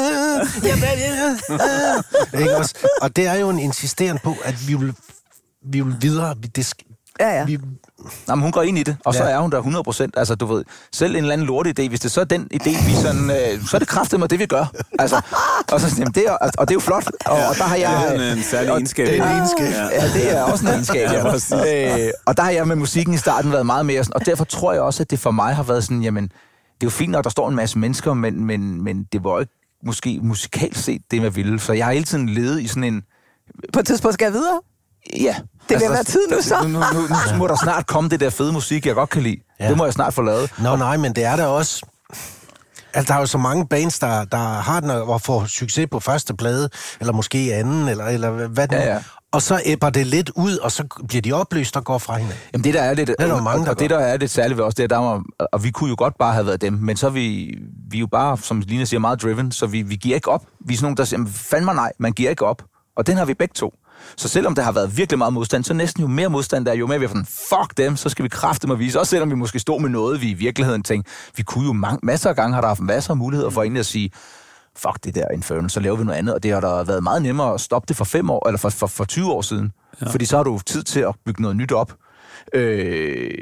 Ikke også? Og det er jo en insisteren på, at vi vil videre. Jamen, hun går ind i det, og så er hun der 100%. Altså, du ved, selv en eller anden lorte idé, hvis det så er den idé, vi sådan, så er det kraftedeme det, vi gør. Altså, og så jamen, det er jo flot. Og der har jeg... Det er en særlig egenskab. Ja, det er også en egenskab. Og der har jeg med musikken i starten været meget mere sådan, og derfor tror jeg også, at det for mig har været sådan, jamen, det er jo fint, når der står en masse mennesker, men det var ikke måske musikalt set det, jeg ville. Så jeg har hele tiden levet i sådan en... På et tidspunkt skal jeg videre? Ja. Det vil være tid nu så. Nu må der snart komme det der fede musik, jeg godt kan lide. Ja. Det må jeg snart få lavet. Nej, men det er der også. Altså, der er jo så mange bands, der har den og får succes på første plade, eller måske anden, eller hvad det er. Og så æbber det lidt ud, og så bliver de opløst og går fra hinanden. Jamen det der er lidt... Det er der mange, og det der er lidt særligt ved os, det er, og vi kunne jo godt bare have været dem, men så er vi jo bare, som Lina siger, meget driven, så vi giver ikke op. Vi er sådan nogen, der siger, fandme nej, man giver ikke op. Og den har vi begge to. Så selvom der har været virkelig meget modstand, så næsten jo mere modstand der, jo mere vi er sådan, fuck dem, så skal vi kraftedeme vise. Også selvom vi måske stod med noget, vi i virkeligheden tænkte, vi kunne jo masser af gange, har der haft masser af muligheder for egentlig at sige, fuck det der Infernal, så laver vi noget andet. Og det har der været meget nemmere at stoppe det for 5 år, eller for 20 år siden. Ja. Fordi så har du tid til at bygge noget nyt op.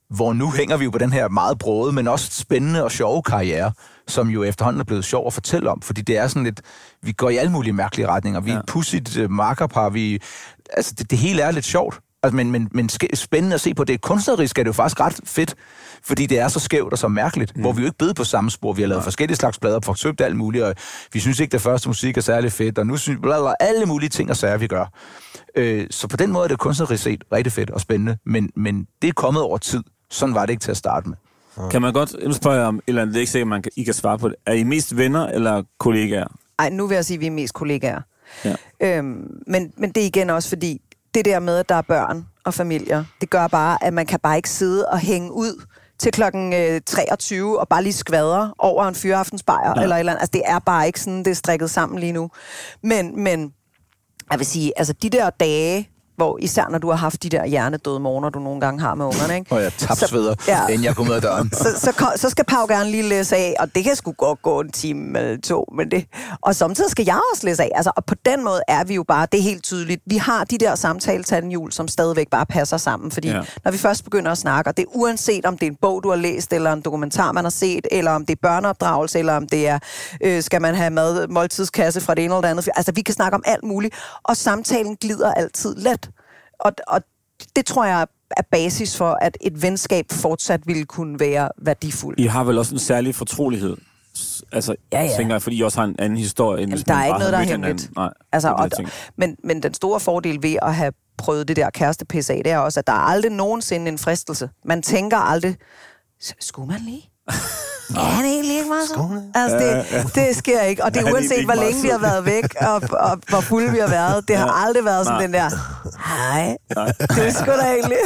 hvor nu hænger vi jo på den her meget brode, men også spændende og sjove karriere, som jo efterhånden er blevet sjov at fortælle om, fordi det er sådan lidt, vi går i alle mulige mærkelige retninger, vi er et pudsigt makkerpar, altså det hele er lidt sjovt, altså, men spændende at se på, det kunstnerisk er det jo faktisk ret fedt, fordi det er så skævt og så mærkeligt, hvor vi jo ikke blevet på samme spor, vi har lavet forskellige slags plader, forsøgt alt muligt, og vi synes ikke, det første musik er særlig fedt, og nu synes vi alle mulige ting og sager, vi gør. Så på den måde er det kunstnerisk set rigtig fedt og spændende, men det er kommet over tid. Sådan var det ikke til at starte med. Kan man godt spørge om, eller det er ikke sikkert, I kan svare på det. Er I mest venner eller kollegaer? Ej, nu vil jeg sige, at vi er mest kollegaer. Ja. Men det er igen også fordi, det der med, at der er børn og familier, det gør bare, at man kan bare ikke sidde og hænge ud til klokken 23 og bare lige skvadre over en fyraftensbajer eller et eller andet. Altså, det er bare ikke sådan, det er strikket sammen lige nu. Men jeg vil sige, altså de der dage, hvor især når du har haft de der hjernedøde morgener, du nogle gange har med ungerne, ikke? Og jeg tabsveder, inden jeg kommer ud af døren. Så skal Pau gerne lige læse af, og det kan sgu godt gå en time eller to, men det... Og samtidig skal jeg også læse af. Altså, og på den måde er vi jo bare, det er helt tydeligt, vi har de der samtale-tandhjul, som stadigvæk bare passer sammen, fordi når vi først begynder at snakke, og det er uanset om det er en bog, du har læst, eller en dokumentar, man har set, eller om det er børneopdragelse, eller om det er, skal man have måltidskasse fra det ene eller det andet. Altså, vi kan snakke om alt muligt, og samtalen glider altid let. Og det tror jeg er basis for, at et venskab fortsat ville kunne være værdifuldt. I har vel også en særlig fortrolighed? Altså, tænker jeg, fordi I også har en anden historie. Jamen, der er ikke noget, der er hemmeligt. Nej, altså, men den store fordel ved at have prøvet det der kærestepisse af, det er også, at der er aldrig nogensinde en fristelse. Man tænker aldrig, skulle man lige? Ja, han er egentlig ikke meget så. Altså, det sker ikke. Og det er uanset, hvor længe vi har været væk, og hvor fulde vi har været. Det har aldrig været sådan den der, hej, det er sgu da egentlig.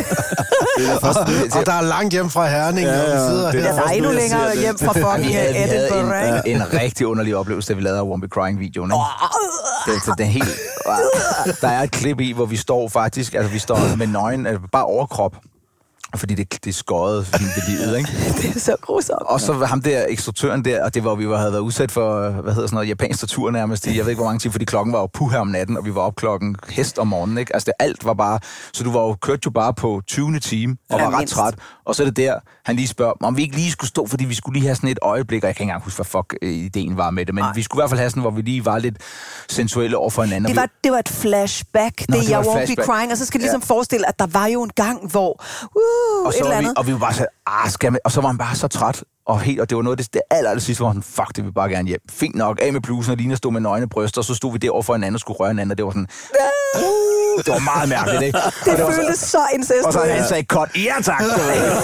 Og der er langt hjem fra Herning, og vi sidder her. Der er endnu længere hjem fra fucking Edinburgh. En rigtig underlig oplevelse, da vi lavede af Won't Be Crying-videoen. Det er helt... Der er et klip i, hvor vi står faktisk, altså vi står med nøgen, bare overkrop. Fordi det er skåret ved livet, ikke? Det er så grusomt. Og så ham der, instruktøren der, og det var, vi havde været udsat for, sådan noget, japansk tortur nærmest i, jeg ved ikke hvor mange timer, fordi klokken var jo puh her om natten, og vi var op klokken hest om morgenen, ikke? Altså alt var bare, så du var jo kørt jo bare på 20. time, og var ret træt. Og så er det der, han lige spørger, om vi ikke lige skulle stå, fordi vi skulle lige have sådan et øjeblik, og jeg kan ikke engang huske, hvad fuck ideen var med det, men vi skulle i hvert fald have sådan, hvor vi lige var lidt sensuelle over for hinanden. Det var et flashback, det jeg Won't Be Crying, og så skal det ligesom forestille, at der var jo en gang, hvor og vi var bare så, og så var han bare så træt, og det var noget af det aller sidste, hvor han, fuck, det vil bare gerne hjem. Fint nok, af med blusen, og Lina stod med nøgne bryster, og så stod vi derovre for hinanden og skulle røre hinanden, og det var sådan, det var meget mærkeligt, ikke? Det føltes så incestuøst. Og så han sagde, cut, ja tak! Det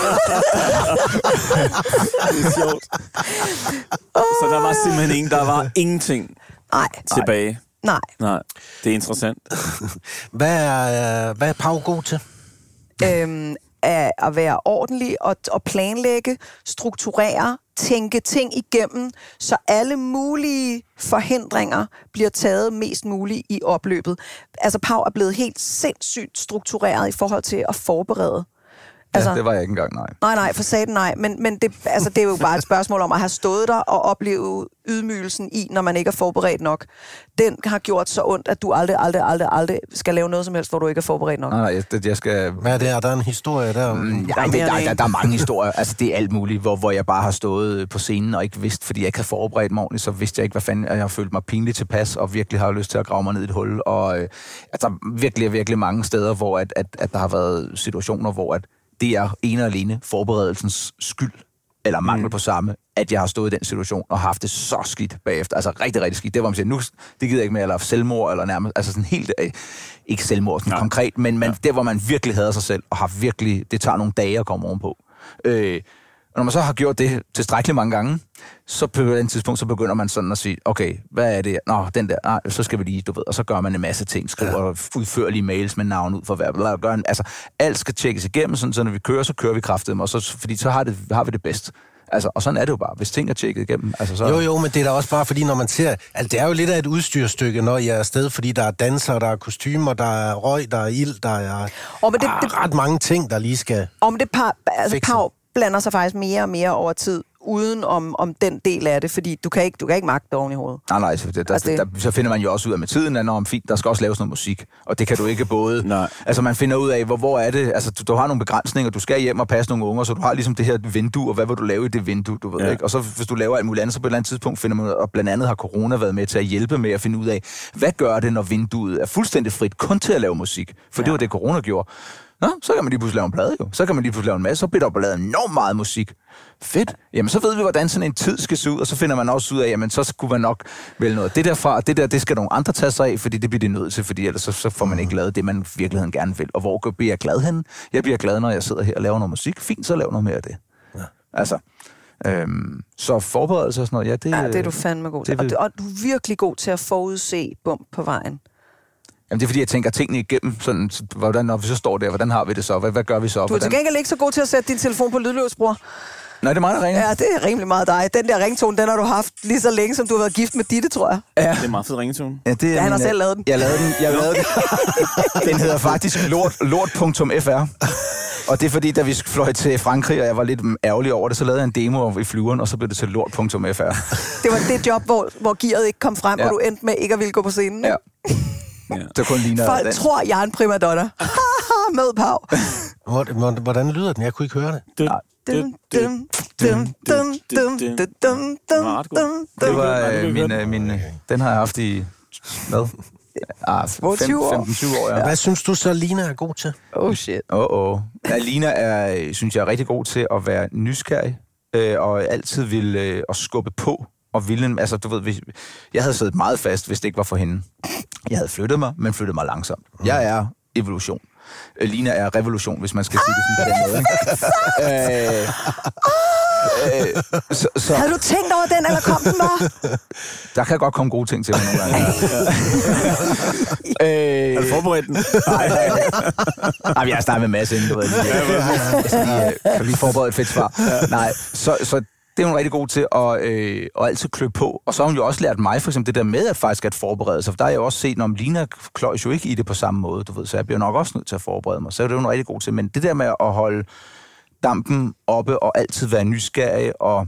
er sjovt. Så der var simpelthen der var ingenting tilbage. Nej. Det er interessant. Hvad er Pau god til? At være ordentlig og planlægge, strukturere, tænke ting igennem, så alle mulige forhindringer bliver taget mest muligt i opløbet. Altså, Pau er blevet helt sindssygt struktureret i forhold til at forberede. Altså, det var jeg ikke engang, nej. Nej, for satan nej. Men det er jo bare et spørgsmål om at have stået der og opleve ydmygelsen i, når man ikke er forberedt nok. Den har gjort så ondt, at du aldrig skal lave noget som helst, hvor du ikke er forberedt nok. Nej, jeg skal... Hvad er det? Er der en historie der? Der er mange historier. Altså, det er alt muligt, hvor jeg bare har stået på scenen og ikke vidst, fordi jeg ikke havde forberedt mig ordentligt, så vidste jeg ikke, hvad fanden... Jeg har følt mig pinligt tilpas, og virkelig har lyst til at grave mig ned i et hul. Og altså, virkelig mange steder, hvor at der har været situationer, hvor at det er ene og alene forberedelsens skyld, eller mangel på samme, at jeg har stået i den situation og haft det så skidt bagefter. Altså rigtig, rigtig skidt. Det var man siger, nu det gider jeg ikke mere, eller selvmord, eller nærmest, altså sådan helt, ikke selvmord sådan konkret, men der, hvor man virkelig hader sig selv, og har virkelig, det tager nogle dage at komme ovenpå. Og når man så har gjort det tilstrækkeligt mange gange, så på et tidspunkt, så begynder man sådan at sige, okay, hvad er det? Nå, den der, så skal vi lige, du ved, og så gør man en masse ting, skriver udførlige mails med navn ud for hver, altså, alt skal tjekkes igennem, sådan, så når vi kører, så kører vi kraftigt, og så, fordi så har vi det bedst. Altså, og sådan er det jo bare, hvis ting er tjekket igennem. Altså, så... Jo, men det er da også bare, fordi når man ser... Altså, det er jo lidt af et udstyrstykke, når jeg er afsted, fordi der er danser, der er kostymer, der er røg, der er ild, der er ret mange ting, der lige skal Pau blander sig faktisk mere og mere over tid uden om den del af det, fordi du kan ikke magte det oven i hovedet. Nej, så finder man jo også ud af med tiden, at når fint, der skal også laves noget musik, og det kan du ikke både... Nej. Altså, man finder ud af, hvor er det... Altså, du har nogle begrænsninger, du skal hjem og passe nogle unger, så du har ligesom det her vindue, og hvad vil du lave i det vindue, du ved ikke? Og så hvis du laver alt muligt andet, så på et eller andet tidspunkt finder man, og blandt andet har corona været med til at hjælpe med at finde ud af, hvad gør det, når vinduet er fuldstændig frit, kun til at lave musik? For det var det, corona gjorde. Nå, så kan man lige pludselig lave en plade, jo. Så kan man lige pludselig lave en masse, så bliver der lavet enormt meget musik. Fedt. Jamen, så ved vi, hvordan sådan en tid skal se ud, og så finder man også ud af, jamen, så skulle man nok vælge noget. Det derfra, og det skal nogle andre tage sig af, fordi det bliver det nødt til, fordi ellers så får man ikke lavet det, man i virkeligheden gerne vil. Og hvor bliver jeg glad henne? Jeg bliver glad, når jeg sidder her og laver noget musik. Fint, så lav noget mere af det. Ja. Altså, så forberedelse og sådan noget, ja, det er du fandme god til. Og du er virkelig god til at forudse bump på vejen. Jamen, det er fordi, jeg tænker tingene igennem, sådan, hvordan, når vi så står der, hvordan har vi det så? Hvad gør vi så? Du er til gengæld ikke så god til at sætte din telefon på lydløs, bror. Nej, det er mig, der ringer. Ja, det er rimelig meget dig. Den der ringtone, den har du haft lige så længe, som du har været gift med Ditte, tror jeg. Ja. Det er meget fed ringetone. Ja, han har selv lavet den. Jeg lavede den. Den hedder faktisk lort.fr. Og det er fordi, da vi fløj til Frankrig, og jeg var lidt ærgerlig over det, så lavede jeg en demo i flyveren, og så blev det til lort.fr. Det var det job, hvor gearet ikke kom frem, og du endte med ikke at ville gå på scenen. Ja. Det kun ligner folk den. Tror, jeg er en primadonna. Med Pau. Hvordan lyder den? Jeg kunne ikke høre det. Det var min... Den har jeg haft i... Hvad? 15-20 år, ja. Hvad synes du så, Lina er god til? Oh shit. Ja, Lina synes jeg er rigtig god til at være nysgerrig, og altid vil at skubbe på. Og ville, altså du ved, jeg havde siddet meget fast, hvis det ikke var for hende. Jeg havde flyttet mig, men flyttet mig langsomt. Jeg er evolution. Lina er revolution, hvis man skal sige det sådan på den måde. Så. Havde du tænkt over den, eller kom den bare? Der kan godt komme gode ting til mig nogle gange. Har du forberedt den? Nej, jeg har snakket med Mads inden, du ved. Kan vi forberede et fedt svar? Nej, så det er hun rigtig god til at altid klø på. Og så har hun jo også lært mig, for eksempel det der med at faktisk at forberede sig. For der har jeg også set, når Lina kløjs jo ikke i det på samme måde, du ved. Så jeg bliver nok også nødt til at forberede mig. Så er det hun rigtig god til. Men det der med at holde dampen oppe og altid være nysgerrig og...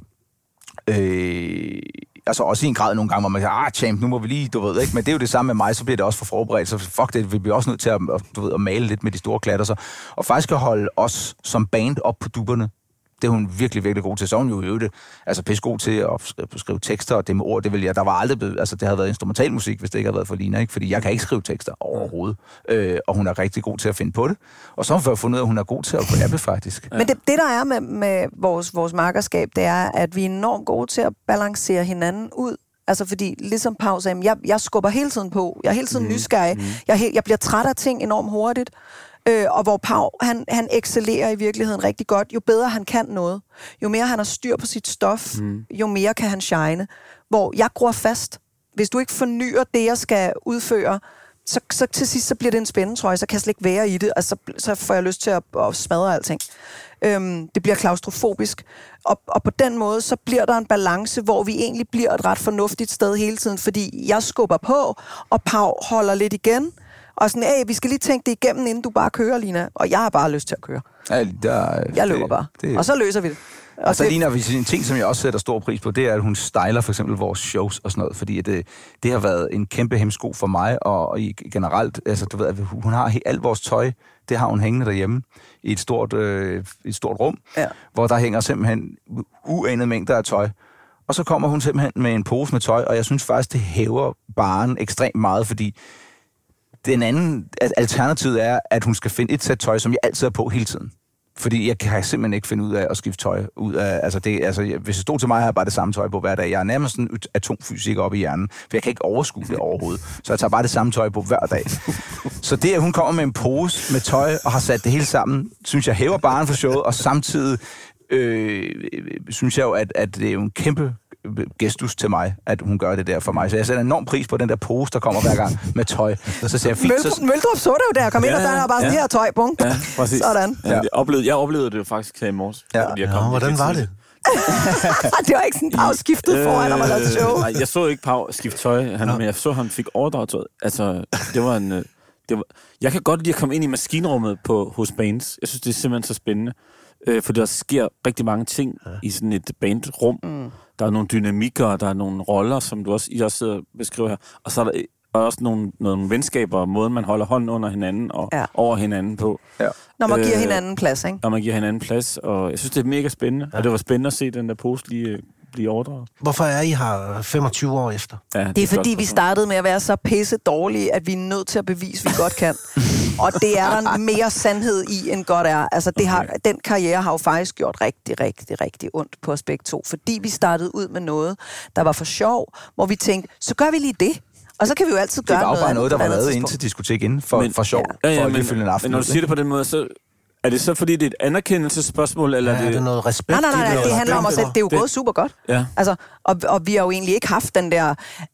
altså også i en grad nogle gange, hvor man siger, champ, nu må vi lige, du ved ikke, men det er jo det samme med mig, så bliver det også for forberedt, så fuck det, vi bliver også nødt til at, du ved, at male lidt med de store klatter, så, og faktisk at holde os som band op på dupperne. Det er hun virkelig, virkelig god til. Så hun jo øvede det. Altså pisse god til at skrive tekster, og det med ord, det vil jeg. Der var aldrig altså det havde været instrumental musik, hvis det ikke havde været for Lina, ikke? Fordi jeg kan ikke skrive tekster overhovedet. Og hun er rigtig god til at finde på det. Og så har hun fundet ud af, at hun er god til at rappe, faktisk. Men det der er med vores makkerskab, det er, at vi er enormt gode til at balancere hinanden ud. Altså fordi, ligesom Pau sagde, jeg skubber hele tiden på. Jeg er hele tiden nysgerrig. Jeg bliver træt af ting enormt hurtigt. Og hvor Pau, han excellerer i virkeligheden rigtig godt. Jo bedre han kan noget, jo mere han har styr på sit stof, jo mere kan han shine. Hvor jeg gror fast. Hvis du ikke fornyer det, jeg skal udføre, så til sidst så bliver det en spændetrøje, så kan jeg slet ikke være i det, og så får jeg lyst til at smadre alting. Det bliver klaustrofobisk. Og på den måde, så bliver der en balance, hvor vi egentlig bliver et ret fornuftigt sted hele tiden, fordi jeg skubber på, og Pau holder lidt igen. Og sådan, vi skal lige tænke det igennem, inden du bare kører, Lina. Og jeg har bare lyst til at køre. Jeg løber bare. Og så løser vi det. Og så Lina, en ting, som jeg også sætter stor pris på, det er, at hun styler for eksempel vores shows og sådan noget. Fordi det har været en kæmpe hemsko for mig, og generelt, altså du ved, at hun har alt vores tøj, det har hun hængende derhjemme i et stort rum, hvor der hænger simpelthen uanede mængder af tøj. Og så kommer hun simpelthen med en pose med tøj, og jeg synes faktisk, det hæver barren ekstremt meget, fordi den anden alternativ er, at hun skal finde et sæt tøj, som jeg altid er på hele tiden. Fordi jeg kan simpelthen ikke finde ud af at skifte tøj ud af... hvis det stod til mig, har jeg bare det samme tøj på hver dag. Jeg er nærmest en atomfysiker op i hjernen, for jeg kan ikke overskue det overhovedet. Så jeg tager bare det samme tøj på hver dag. Så det, at hun kommer med en pose med tøj og har sat det hele sammen, synes jeg hæver barren for showet, og samtidig synes jeg jo, at det er jo en kæmpe gestus til mig, at hun gør det der for mig. Så jeg sætter enorm pris på den der pose, der kommer hver gang med tøj. Så siger jeg fint... Møldrup så det jo der. Kom ind, og der er bare sådan her tøj, punkt. Ja, præcis. Sådan. Ja. Jeg oplevede det jo faktisk her i morges. Hvordan var det? Det var ikke sådan, Pau skiftede foran, når man lavede show. Nej, jeg så ikke Pau skifte tøj, men jeg så, han fik overdraget tøj. Altså, det var en... jeg kan godt lide at komme ind i maskinrummet hos bands. Jeg synes, det er simpelthen så spændende. For der sker rigtig mange ting i sådan et bandrum. Der er nogle dynamikker, der er nogle roller, som I også sidder og beskriver her. Og så er der også nogle venskaber, og måden man holder hånden under hinanden og over hinanden på. Ja. Når man giver hinanden plads, ikke? Når man giver hinanden plads, og jeg synes, det er mega spændende. Og det var spændende at se den der post lige blive overdraget. Hvorfor er I her 25 år efter? Ja, det er fordi, vi startede med at være så pisse dårlige, at vi er nødt til at bevise, at vi godt kan. Og det er der mere sandhed i, end godt er. Altså, den karriere har jo faktisk gjort rigtig, rigtig, rigtig ondt på os begge to. Fordi vi startede ud med noget, der var for sjov, hvor vi tænkte, så gør vi lige det. Og så kan vi jo altid gøre noget. Det var jo bare noget, der var lavet ind til diskotek inden for sjov. For at fylde en aften. Men når du siger det på den måde, så er det så, fordi det er et anerkendelsesspørgsmål, eller er det noget respekt? Nej, det handler om at sætte, det er jo gået super godt. Ja. Altså, og vi har jo egentlig ikke haft den der,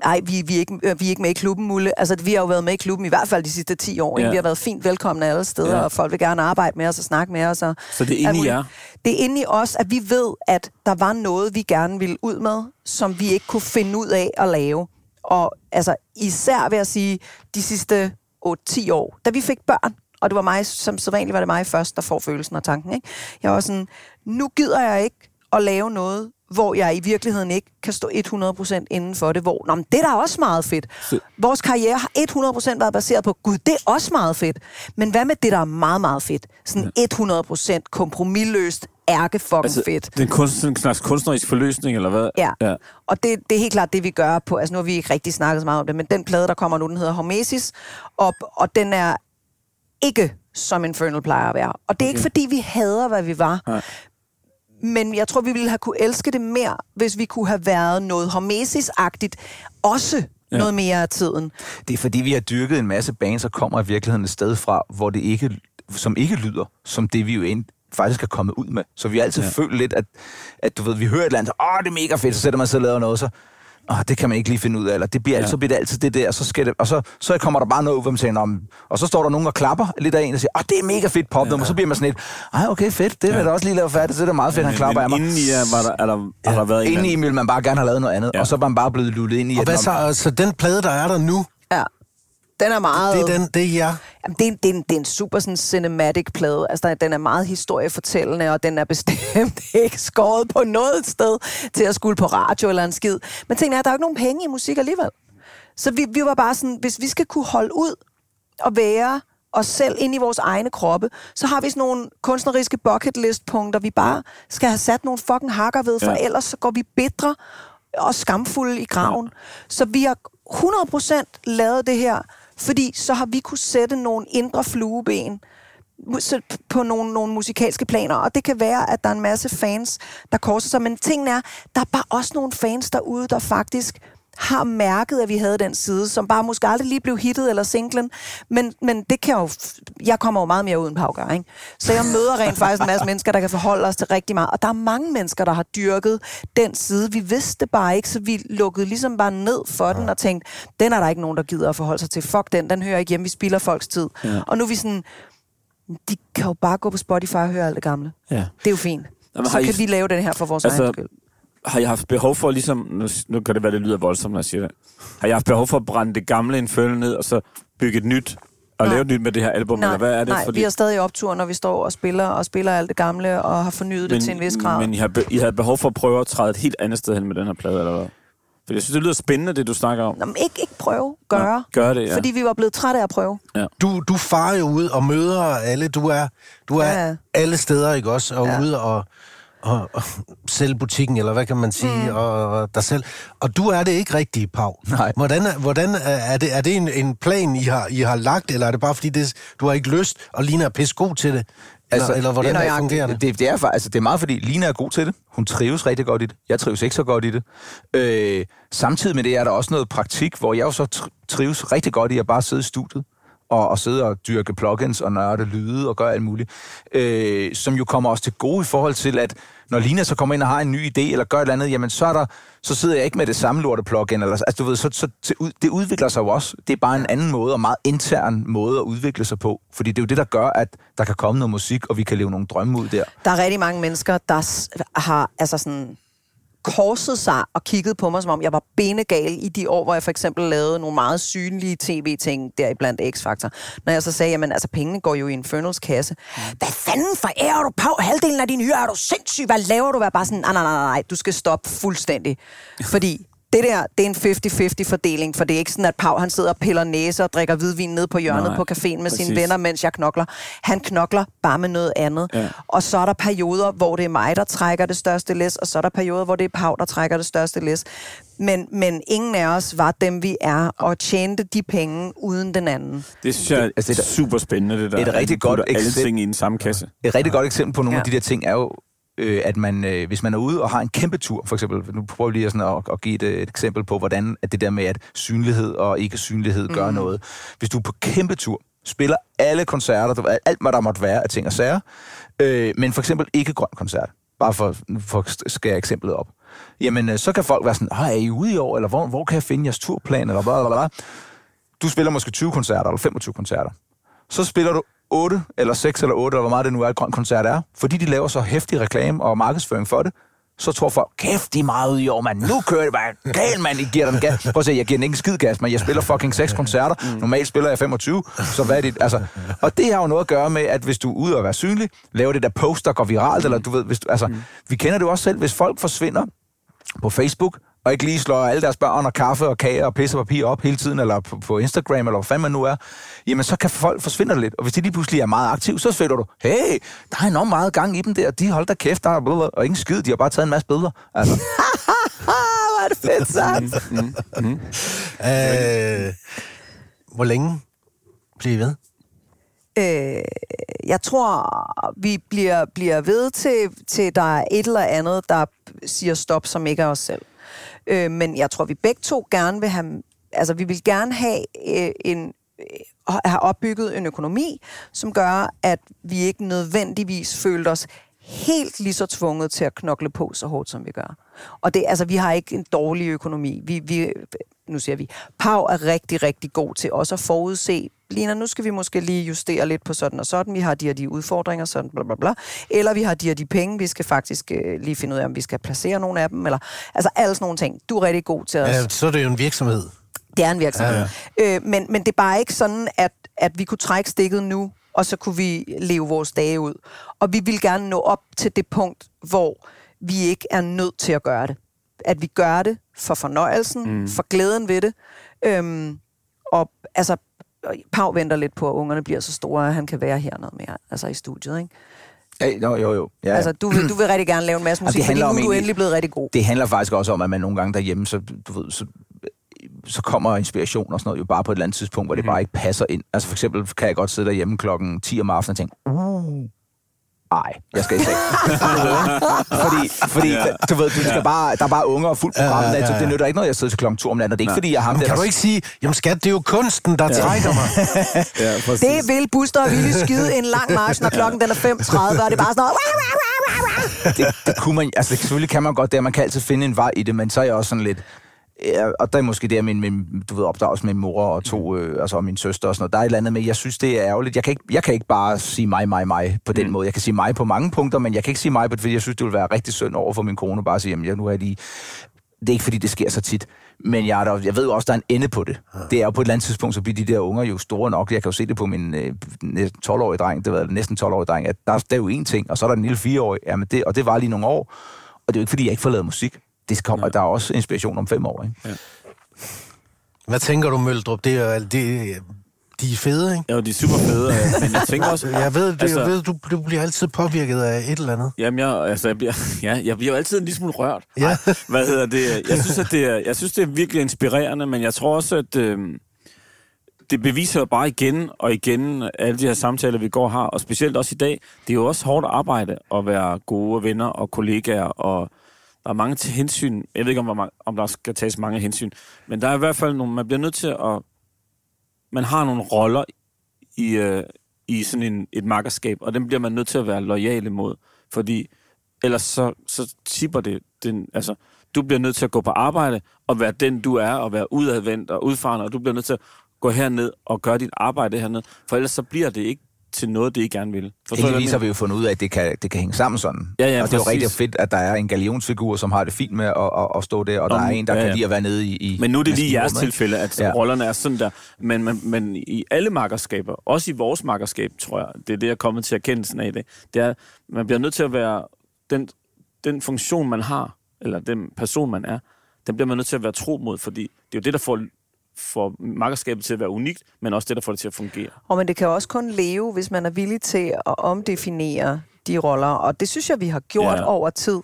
vi er ikke med i klubben, Mulle. Altså, vi har jo været med i klubben i hvert fald de sidste 10 år. Ja. Vi har været fint velkomne alle steder, og folk vil gerne arbejde med os og snakke med os. Så det er inde i jer? Det er inde i os, at vi ved, at der var noget, vi gerne ville ud med, som vi ikke kunne finde ud af at lave. Og altså, især vil jeg sige, de sidste 8-10 år, da vi fik børn, og det var mig, som sædvanligt var det mig først, der får følelsen og tanken, ikke? Jeg var sådan, nu gider jeg ikke at lave noget, hvor jeg i virkeligheden ikke kan stå 100% inden for det, hvor, men det er da også meget fedt. Vores karriere har 100% været baseret på, gud, det er også meget fedt. Men hvad med det, der er meget, meget fedt? Sådan 100% kompromisløst, ærkefucking fedt. Det er en slags kunstnerisk forløsning, eller hvad? Ja. Og det er helt klart det, vi gør på, altså nu har vi ikke rigtig snakket så meget om det, men den plade, der kommer nu, den hedder Hormesis, og den er ikke som Infernal plejer at være. Og det er ikke fordi, vi hader, hvad vi var. Nej. Men jeg tror, vi ville have kunne elske det mere, hvis vi kunne have været noget Hormesis-agtigt, også noget mere af tiden. Det er fordi, vi har dyrket en masse bands, der kommer i virkeligheden et sted fra, hvor det ikke, som ikke lyder som det, vi jo faktisk er kommet ud med. Så vi har altid følt lidt, at du ved, vi hører et eller andet, det er mega fedt, så sætter man sig og laver noget, så det kan man ikke lige finde ud af, eller det bliver altid, bliver det altid det der, så kommer der bare noget ud, hvor man siger, og så står der nogen og klapper lidt af en og siger, det er mega fedt popnummer, så bliver man sådan lidt, okay, fedt, det vil jeg da også lige lave færdigt, så det er meget fedt, han klapper af mig. Men inden i har der været inden i vil man bare gerne have lavet noget andet, og så er man bare blevet lullet ind i. Og hvad så den plade, der er der nu? Ja. Den er meget... Det er jer? Jamen, det er en super sådan cinematic plade. Altså, den er meget historiefortællende, og den er bestemt ikke skåret på noget sted til at skulle på radio eller en skid. Men tænk, der er jo ikke nogen penge i musik alligevel. Så vi var bare sådan, hvis vi skal kunne holde ud og være os selv ind i vores egne kroppe, så har vi sådan nogle kunstneriske bucket list punkter, vi bare skal have sat nogle fucking hakker ved, for ellers så går vi bitre og skamfulde i graven. Så vi har 100% lavet det her, fordi så har vi kunne sætte nogle indre flueben på nogle musikalske planer, og det kan være, at der er en masse fans, der korser sig, men tingen er, der er bare også nogle fans derude, der faktisk har mærket, at vi havde den side, som bare måske aldrig lige blev hittet eller singlen, men det kan jo... Jeg kommer jo meget mere uden Pau gør, ikke? Så jeg møder rent faktisk en masse mennesker, der kan forholde os til rigtig meget, og der er mange mennesker, der har dyrket den side. Vi vidste bare ikke, så vi lukkede ligesom bare ned for den og tænkte, den er der ikke nogen, der gider at forholde sig til. Fuck den hører ikke hjemme, vi spilder folks tid. Ja. Og nu er vi sådan, de kan jo bare gå på Spotify og høre alt det gamle. Ja. Det er jo fint. Jamen, så kan vi lave den her for vores egen skyld. Har jeg haft behov for, ligesom... Nu kan det være, det lyder voldsomt, når jeg siger det. Har jeg haft behov for at brænde det gamle Infernal ned, og så bygge et nyt, og lave et nyt med det her album? Eller hvad er det? Nej, vi har stadig optur, når vi står og spiller alt det gamle, og har fornyet det til en vis grad. Men I havde behov for at prøve at træde et helt andet sted hen med den her plade, eller hvad? For jeg synes, det lyder spændende, det du snakker om. Nå, men ikke prøve, gøre. Gør det, ja. Fordi vi var blevet trætte af at prøve. Ja. Du farer jo ud og møder alle. Du er alle steder, ikke også? Og ude og sælge butikken, eller hvad kan man sige, og dig selv. Og du er det ikke rigtigt, Pau. Nej. Hvordan er det en plan, I har lagt, eller er det bare fordi, du har ikke lyst, og Lina er pisse god til det? Eller hvordan fungerer det? Det er meget, fordi Lina er god til det. Hun trives rigtig godt i det. Jeg trives ikke så godt i det. Samtidig med det er der også noget praktik, hvor jeg jo så trives rigtig godt i at bare sidde i studiet og sidde og dyrke plugins og nørde lyde og gøre alt muligt. Som jo kommer også til gode i forhold til, at når Lina så kommer ind og har en ny idé, eller gør et eller andet, jamen så sidder jeg ikke med det samme lorte plugin. Eller, altså du ved, det udvikler sig jo også. Det er bare en anden måde, og meget intern måde at udvikle sig på. Fordi det er jo det, der gør, at der kan komme noget musik, og vi kan leve nogle drømme ud der. Der er rigtig mange mennesker, der har altså sådan korsede sig og kiggede på mig, som om jeg var benegal i de år, hvor jeg for eksempel lavede nogle meget synlige tv-ting deriblandt X-Factor. Når jeg så sagde, jamen altså, pengene går jo i Infernals kasse. Hvad fanden forærer du, Pau? Halvdelen af dine hyre, er du sindssyg? Hvad laver du? Vær bare sådan, nej, du skal stoppe fuldstændig. Fordi det er en 50-50 fordeling, for det er ikke sådan, at Pau han sidder og piller næse og drikker hvidvin ned på hjørnet på caféen med sine venner, mens jeg knokler. Han knokler bare med noget andet. Ja. Og så er der perioder, hvor det er mig, der trækker det største læs, og så er der perioder, hvor det er Pau, der trækker det største læs. Men ingen af os var dem, vi er, og tjente de penge uden den anden. Det synes jeg er super spændende, det der. Et rigtig godt alle ting i den samme kasse. Et rigtig godt eksempel på nogle af de der ting er jo, at man, hvis man er ude og har en kæmpe tur, for eksempel, nu prøver vi lige sådan at give et eksempel på, hvordan at det der med, at synlighed og ikke-synlighed gør noget. Hvis du er på kæmpe tur, spiller alle koncerter, alt hvad der måtte være af ting og sager, men for eksempel ikke grøn koncert, bare for at skære eksemplet op, jamen så kan folk være sådan, er I ude i år, eller hvor kan jeg finde jeres turplan, eller hvad. Du spiller måske 20 koncerter, eller 25 koncerter. Så spiller du 8 eller 6 eller 8, eller hvor meget det nu er, et grønt koncert er, fordi de laver så heftig reklame og markedsføring for det, så tror folk, kæft, de er meget ude i år, mand. Nu kører det bare galt, mand. I giver den gas. Prøv at se, jeg giver den ikke en skid gas, men jeg spiller fucking 6 koncerter. Normalt spiller jeg 25, så hvad er det? Altså, og det har jo noget at gøre med, at hvis du er ude og være synlig, laver det der post, der går viralt, eller du ved, hvis du, altså, vi kender det jo også selv, hvis folk forsvinder på Facebook, og ikke lige slår alle deres børn og kaffe og kager og pisse og papir op hele tiden, eller på Instagram, eller hvad fanden man nu er, jamen så kan folk forsvinde lidt. Og hvis de lige pludselig er meget aktive, så finder du, hey, der er enormt meget gang i dem der, de holder der kæft, der er blablabla, og ingen skid, de har bare taget en masse billeder. Altså. Hvor er det fedt sagt. Hvor længe bliver I ved? Jeg tror, vi bliver ved til der er et eller andet, der siger stop, som ikke er os selv. Men jeg tror, vi begge to gerne vil have... Altså, vi vil gerne have have opbygget en økonomi, som gør, at vi ikke nødvendigvis følte os helt lige så tvunget til at knokle på så hårdt, som vi gør. Og det, altså, vi har ikke en dårlig økonomi. Nu siger vi, Pau er rigtig, rigtig god til også at forudse, Lina, nu skal vi måske lige justere lidt på sådan og sådan, vi har de her de udfordringer, sådan bla bla bla, eller vi har de her de penge, vi skal faktisk lige finde ud af, om vi skal placere nogle af dem, eller altså alle sådan nogle ting. Du er rigtig god til os. Ja, så er det jo en virksomhed. Det er en virksomhed. Ja. Men det er bare ikke sådan, at vi kunne trække stikket nu, og så kunne vi leve vores dage ud. Og vi vil gerne nå op til det punkt, hvor vi ikke er nødt til at gøre det. At vi gør det for fornøjelsen, for glæden ved det. Og altså, Pau venter lidt på, at ungerne bliver så store, at han kan være her noget mere, altså i studiet, ikke? Jo. Ja. Altså, du vil rigtig gerne lave en masse musik, fordi nu er du endelig blevet rigtig god. Det handler faktisk også om, at man nogle gange derhjemme, så, du ved, så kommer inspiration og sådan noget jo bare på et eller andet tidspunkt, hvor det bare ikke passer ind. Altså for eksempel kan jeg godt sidde derhjemme klokken 10 om aftenen og tænke, ej, jeg skal ikke fordi du ved, du skal bare, der er bare unger og fuldt program, så det nytter ikke noget, jeg sidder til klokken 2 om natten, og det er ikke fordi, jeg har ham der... Kan du ikke sige, jamen skat, det er jo kunsten, der trækker mig. Det vil Buster og Willy skyde en lang march, når klokken den er 5:30, og det er bare sådan noget... Det kunne man, altså selvfølgelig kan man godt det, man kan altid finde en vej i det, men så er jeg også sådan lidt... Ja, og der er måske det, min du ved, opdragelse med min mor og altså min søster og sådan noget. Der er et eller andet med, jeg synes, det er ærgerligt. Jeg kan ikke bare sige mig på den måde. Jeg kan sige mig på mange punkter, men jeg kan ikke sige mig, fordi jeg synes, det vil være rigtig synd over for min kone bare at sige, jamen, nu er de... Det er ikke, fordi det sker så tit, men jeg ved jo også, der er en ende på det. Det er jo på et eller andet tidspunkt, så bliver de der unger jo store nok. Jeg kan jo se det på min 12-årige dreng, det var næsten 12-årige dreng, at der er jo én ting, og så er der en lille 4-årig, jamen det, og det var lige nogle år. Og det er jo ikke, fordi jeg ikke får lavet musik. Det kommer, der er også inspiration om 5 år, ikke? Ja. Hvad tænker du, Møldrup? De er fede, ikke? Ja, de er super fede, men jeg tænker også... Jeg ved, du bliver altid påvirket af et eller andet. Jamen, jeg bliver jo altid en lille smule rørt. Ja. Hvad hedder det? Jeg synes, det er virkelig inspirerende, men jeg tror også, at det beviser jo bare igen og igen alle de her samtaler, vi går og har, og specielt også i dag. Det er jo også hårdt arbejde at være gode venner og kollegaer, og der er mange hensyn. Jeg ved ikke, om der skal tages mange hensyn, men der er i hvert fald nogle, man bliver nødt til at... Man har nogle roller i sådan et makkerskab, og dem bliver man nødt til at være loyal imod, fordi ellers så tipper det. Altså, du bliver nødt til at gå på arbejde og være den, du er, og være udadvendt og udfarende, og du bliver nødt til at gå herned og gøre dit arbejde hernede, for ellers så bliver det ikke til noget, det I gerne vil. Heldigvis har vi jo fundet ud af, at det kan hænge sammen sådan. Ja, og det er jo rigtig fedt, at der er en gallionsfigur, som har det fint med at stå der, og der er en, der kan lide at være nede i... Men nu er det lige jeres tilfælde, at rollerne er sådan der. Men i alle makkerskaber, også i vores makkerskab, tror jeg, det er det, jeg er kommet til erkendelsen af i dag, det er, man bliver nødt til at være den funktion, man har, eller den person, man er, den bliver man nødt til at være tro mod, fordi det er jo det, der får makkerskabet til at være unikt, men også det, der får det til at fungere. Men det kan også kun leve, hvis man er villig til at omdefinere de roller, og det synes jeg, vi har gjort over tid.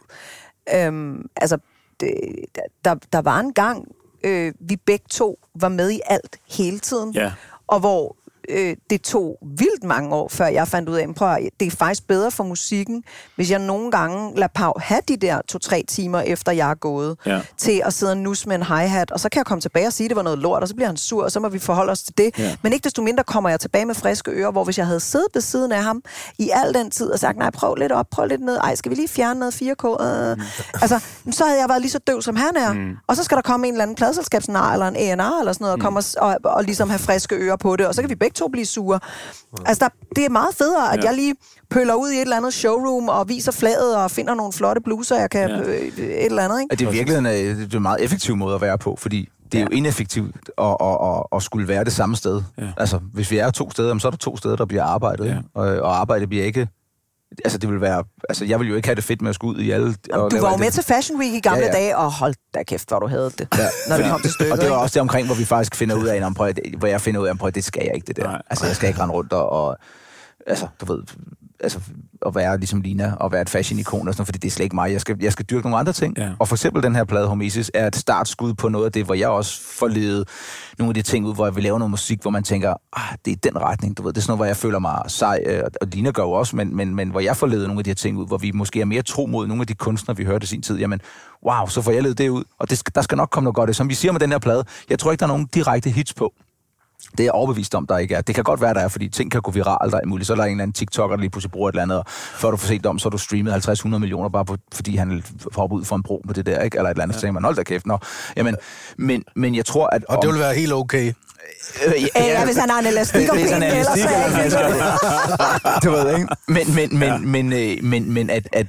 Der var en gang, vi begge to var med i alt hele tiden, og hvor det tog vildt mange år, før jeg fandt ud af, at det er faktisk bedre for musikken, hvis jeg nogle gange lader Pau have de der 2-3 timer, efter jeg er gået, til at sidde og nusse med en hi-hat, og så kan jeg komme tilbage og sige, at det var noget lort, og så bliver han sur, og så må vi forholde os til det. Ja. Men ikke desto mindre kommer jeg tilbage med friske ører, hvor hvis jeg havde siddet ved siden af ham i al den tid og sagt, nej, prøv lidt op, prøv lidt ned, ej, skal vi lige fjerne noget 4K? Så havde jeg været lige så døv, som han er. Og så skal der komme en eller anden pladselskabsnar, eller en A&R, eller sådan noget, og komme og ligesom have friske ører på det, og så kan vi begge to blive sure. Det er meget federe, at jeg lige pøller ud i et eller andet showroom og viser flaget og finder nogle flotte bluser, jeg kan et eller andet, ikke? Det er virkelig en meget effektiv måde at være på, fordi det er jo ineffektivt at skulle være det samme sted. Ja. Altså, hvis vi er 2 steder, så er der 2 steder, der bliver arbejdet, ikke? Og arbejdet bliver ikke... Altså, det vil være... Altså, jeg vil jo ikke have det fedt med at skulle ud i alle... Du var jo med til Fashion Week i gamle dage, og hold da kæft, hvor du havde det, når vi kom til stykket. Og det var også det omkring, hvor vi faktisk finder ud af, hvor jeg finder ud af, det skal jeg ikke, det der. Altså, jeg skal ikke rende rundt og altså, du ved... Altså, at være ligesom Lina, og være et fashion-ikon og sådan, fordi det er slet ikke mig. Jeg skal dyrke nogle andre ting. Ja. Og for eksempel den her plade, Hormesis, er et startskud på noget af det, hvor jeg også får ledet nogle af de ting ud, hvor jeg vil lave noget musik, hvor man tænker, det er den retning, du ved. Det er sådan noget, hvor jeg føler mig sej, og Lina gør jo også, men hvor jeg får ledet nogle af de her ting ud, hvor vi måske er mere tro mod nogle af de kunstnere, vi hørte i sin tid. Jamen, wow, så får jeg ledet det ud, og der skal nok komme noget godt. Som vi siger med den her plade, jeg tror ikke, der er nogen direkte hits på. Det er jeg overbevist om, der ikke er. Det kan godt være, der er, fordi ting kan gå viralt, der er muligt. Så er der en eller anden TikToker, der lige pludselig bruger et eller andet, og før du får set om, så har du streamet 50-100 millioner, bare fordi han hopper ud for en bro med det der, ikke? Eller et eller andet, så tænker man, hold da kæft. Men jeg tror, at... Og det vil være helt okay. Ja, hvis han har en elastik og pinden, ellers så du ved, ikke? Men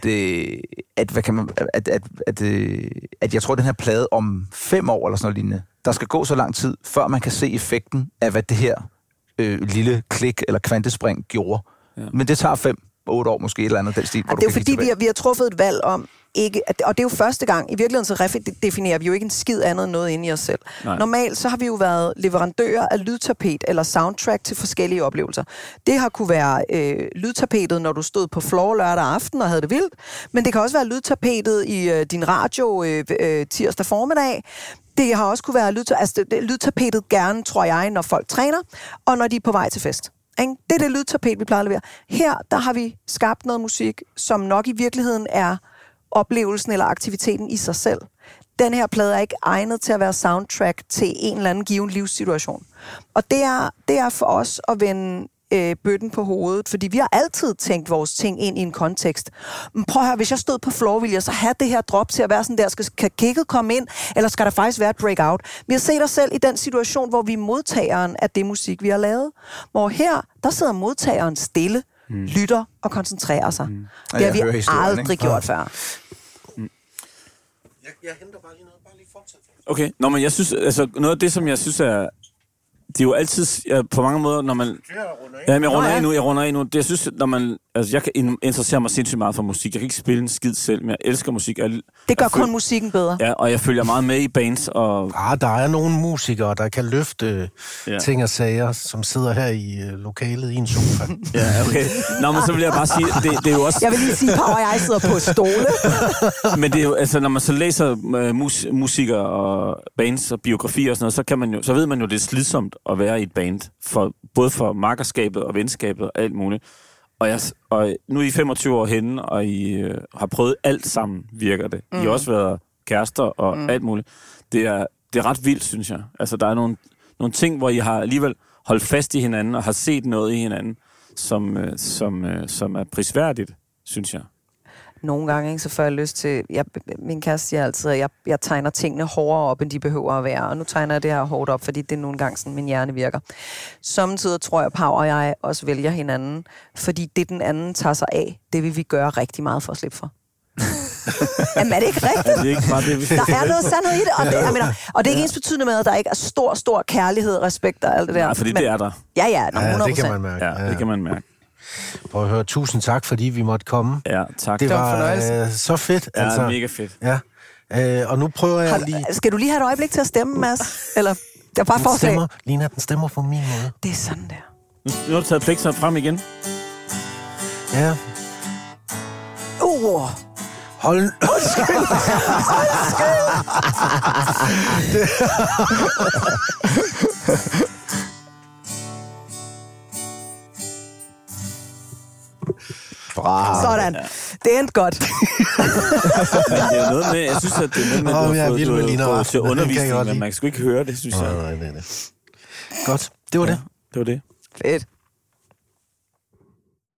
at jeg tror, at den her plade om 5 år eller sådan noget lignende, der skal gå så lang tid, før man kan se effekten af, hvad det her lille klik eller kvantespring gjorde. Ja. Men det tager 5-8 år måske, et eller andet den stil. Det er jo fordi, vi har truffet et valg om, ikke, og det er jo første gang, i virkeligheden så definerer vi jo ikke en skid andet end noget inde i os selv. Nej. Normalt så har vi jo været leverandører af lydtapet eller soundtrack til forskellige oplevelser. Det har kunne være lydtapetet, når du stod på floor lørdag aften og havde det vildt, men det kan også være lydtapetet i din radio tirsdag formiddag. Det har også kunne være lydtapetet gerne, tror jeg, når folk træner, og når de er på vej til fest. Det er det lydtapet, vi plejer at levere. Her, der har vi skabt noget musik, som nok i virkeligheden er oplevelsen eller aktiviteten i sig selv. Den her plade er ikke egnet til at være soundtrack til en eller anden given livssituation. Og det er for os at vende bøtten på hovedet, fordi vi har altid tænkt vores ting ind i en kontekst. Men prøv at høre, hvis jeg stod på floor, ville jeg så have det her drop til at være sådan der, kan kicket komme ind, eller skal der faktisk være et breakout? Vi har set os selv i den situation, hvor vi er modtageren af det musik, vi har lavet. Hvor her, der sidder modtageren stille, lytter og koncentrerer sig. Det har vi aldrig gjort før. Jeg henter bare lige noget. Bare lige fortsæt. Okay, men jeg synes, altså noget af det, som jeg synes er... Det er jo altid, på mange måder, når man... Jeg runder af nu. Det, jeg synes, når man... Altså, jeg kan interessere mig sindssygt meget for musik. Jeg kan ikke spille en skid selv, men jeg elsker musik. Det gør kun musikken bedre. Ja, og jeg følger meget med i bands. Og... der er nogle musikere, der kan løfte ting og sager, som sidder her i lokalet i en sofa. Ja, okay. Men så vil jeg bare sige, det er jo også... Jeg vil lige sige, Pau og jeg sidder på stole. Men det er jo, altså, når man så læser musikere og bands og biografier og sådan noget, så ved man jo, det er slidsomt at være i et band, både for makkerskabet og venskabet og alt muligt. Og nu er I 25 år henne, og I har prøvet alt sammen, virker det. I har også været kærester og alt muligt. Det er ret vildt, synes jeg. Altså, der er nogle ting, hvor I har alligevel holdt fast i hinanden, og har set noget i hinanden, som er prisværdigt, synes jeg. Nogle gange, ikke, så får jeg lyst til... Min kæreste siger altid, at jeg tegner tingene hårdere op, end de behøver at være. Og nu tegner jeg det her hårdt op, fordi det er nogle gange sådan, min hjerne virker. Samtidig tror jeg, Pau og jeg også vælger hinanden, fordi det, den anden tager sig af, det vil vi gøre rigtig meget for at slippe for. Jamen er det ikke rigtigt? Er det ikke bare det, vi der er noget sandhed i det, og det er ikke ens betydende med, at der ikke er stor kærlighed, respekt og alt det der. Nej, fordi det er der. Ja, 100%. Det kan man mærke. Ja, det kan man mærke. Prøv at høre, tusind tak, fordi vi måtte komme. Ja, tak. Det var så fedt. Ja, altså. Mega fedt. Ja. Og nu prøver jeg lige... Skal du lige have et øjeblik til at stemme, Mads? Eller det er bare forslag? Lina, den stemmer på min måde. Det er sådan der. Nu har du taget plexet frem igen. Ja. Hold... Undskyld! Sådan. Det endte godt. Men det er jo noget med, jeg synes, at det er noget med, at du har fået til undervisning, men man skal ikke høre det, synes jeg. Nej. Godt. Det var det. Det var det. Fedt.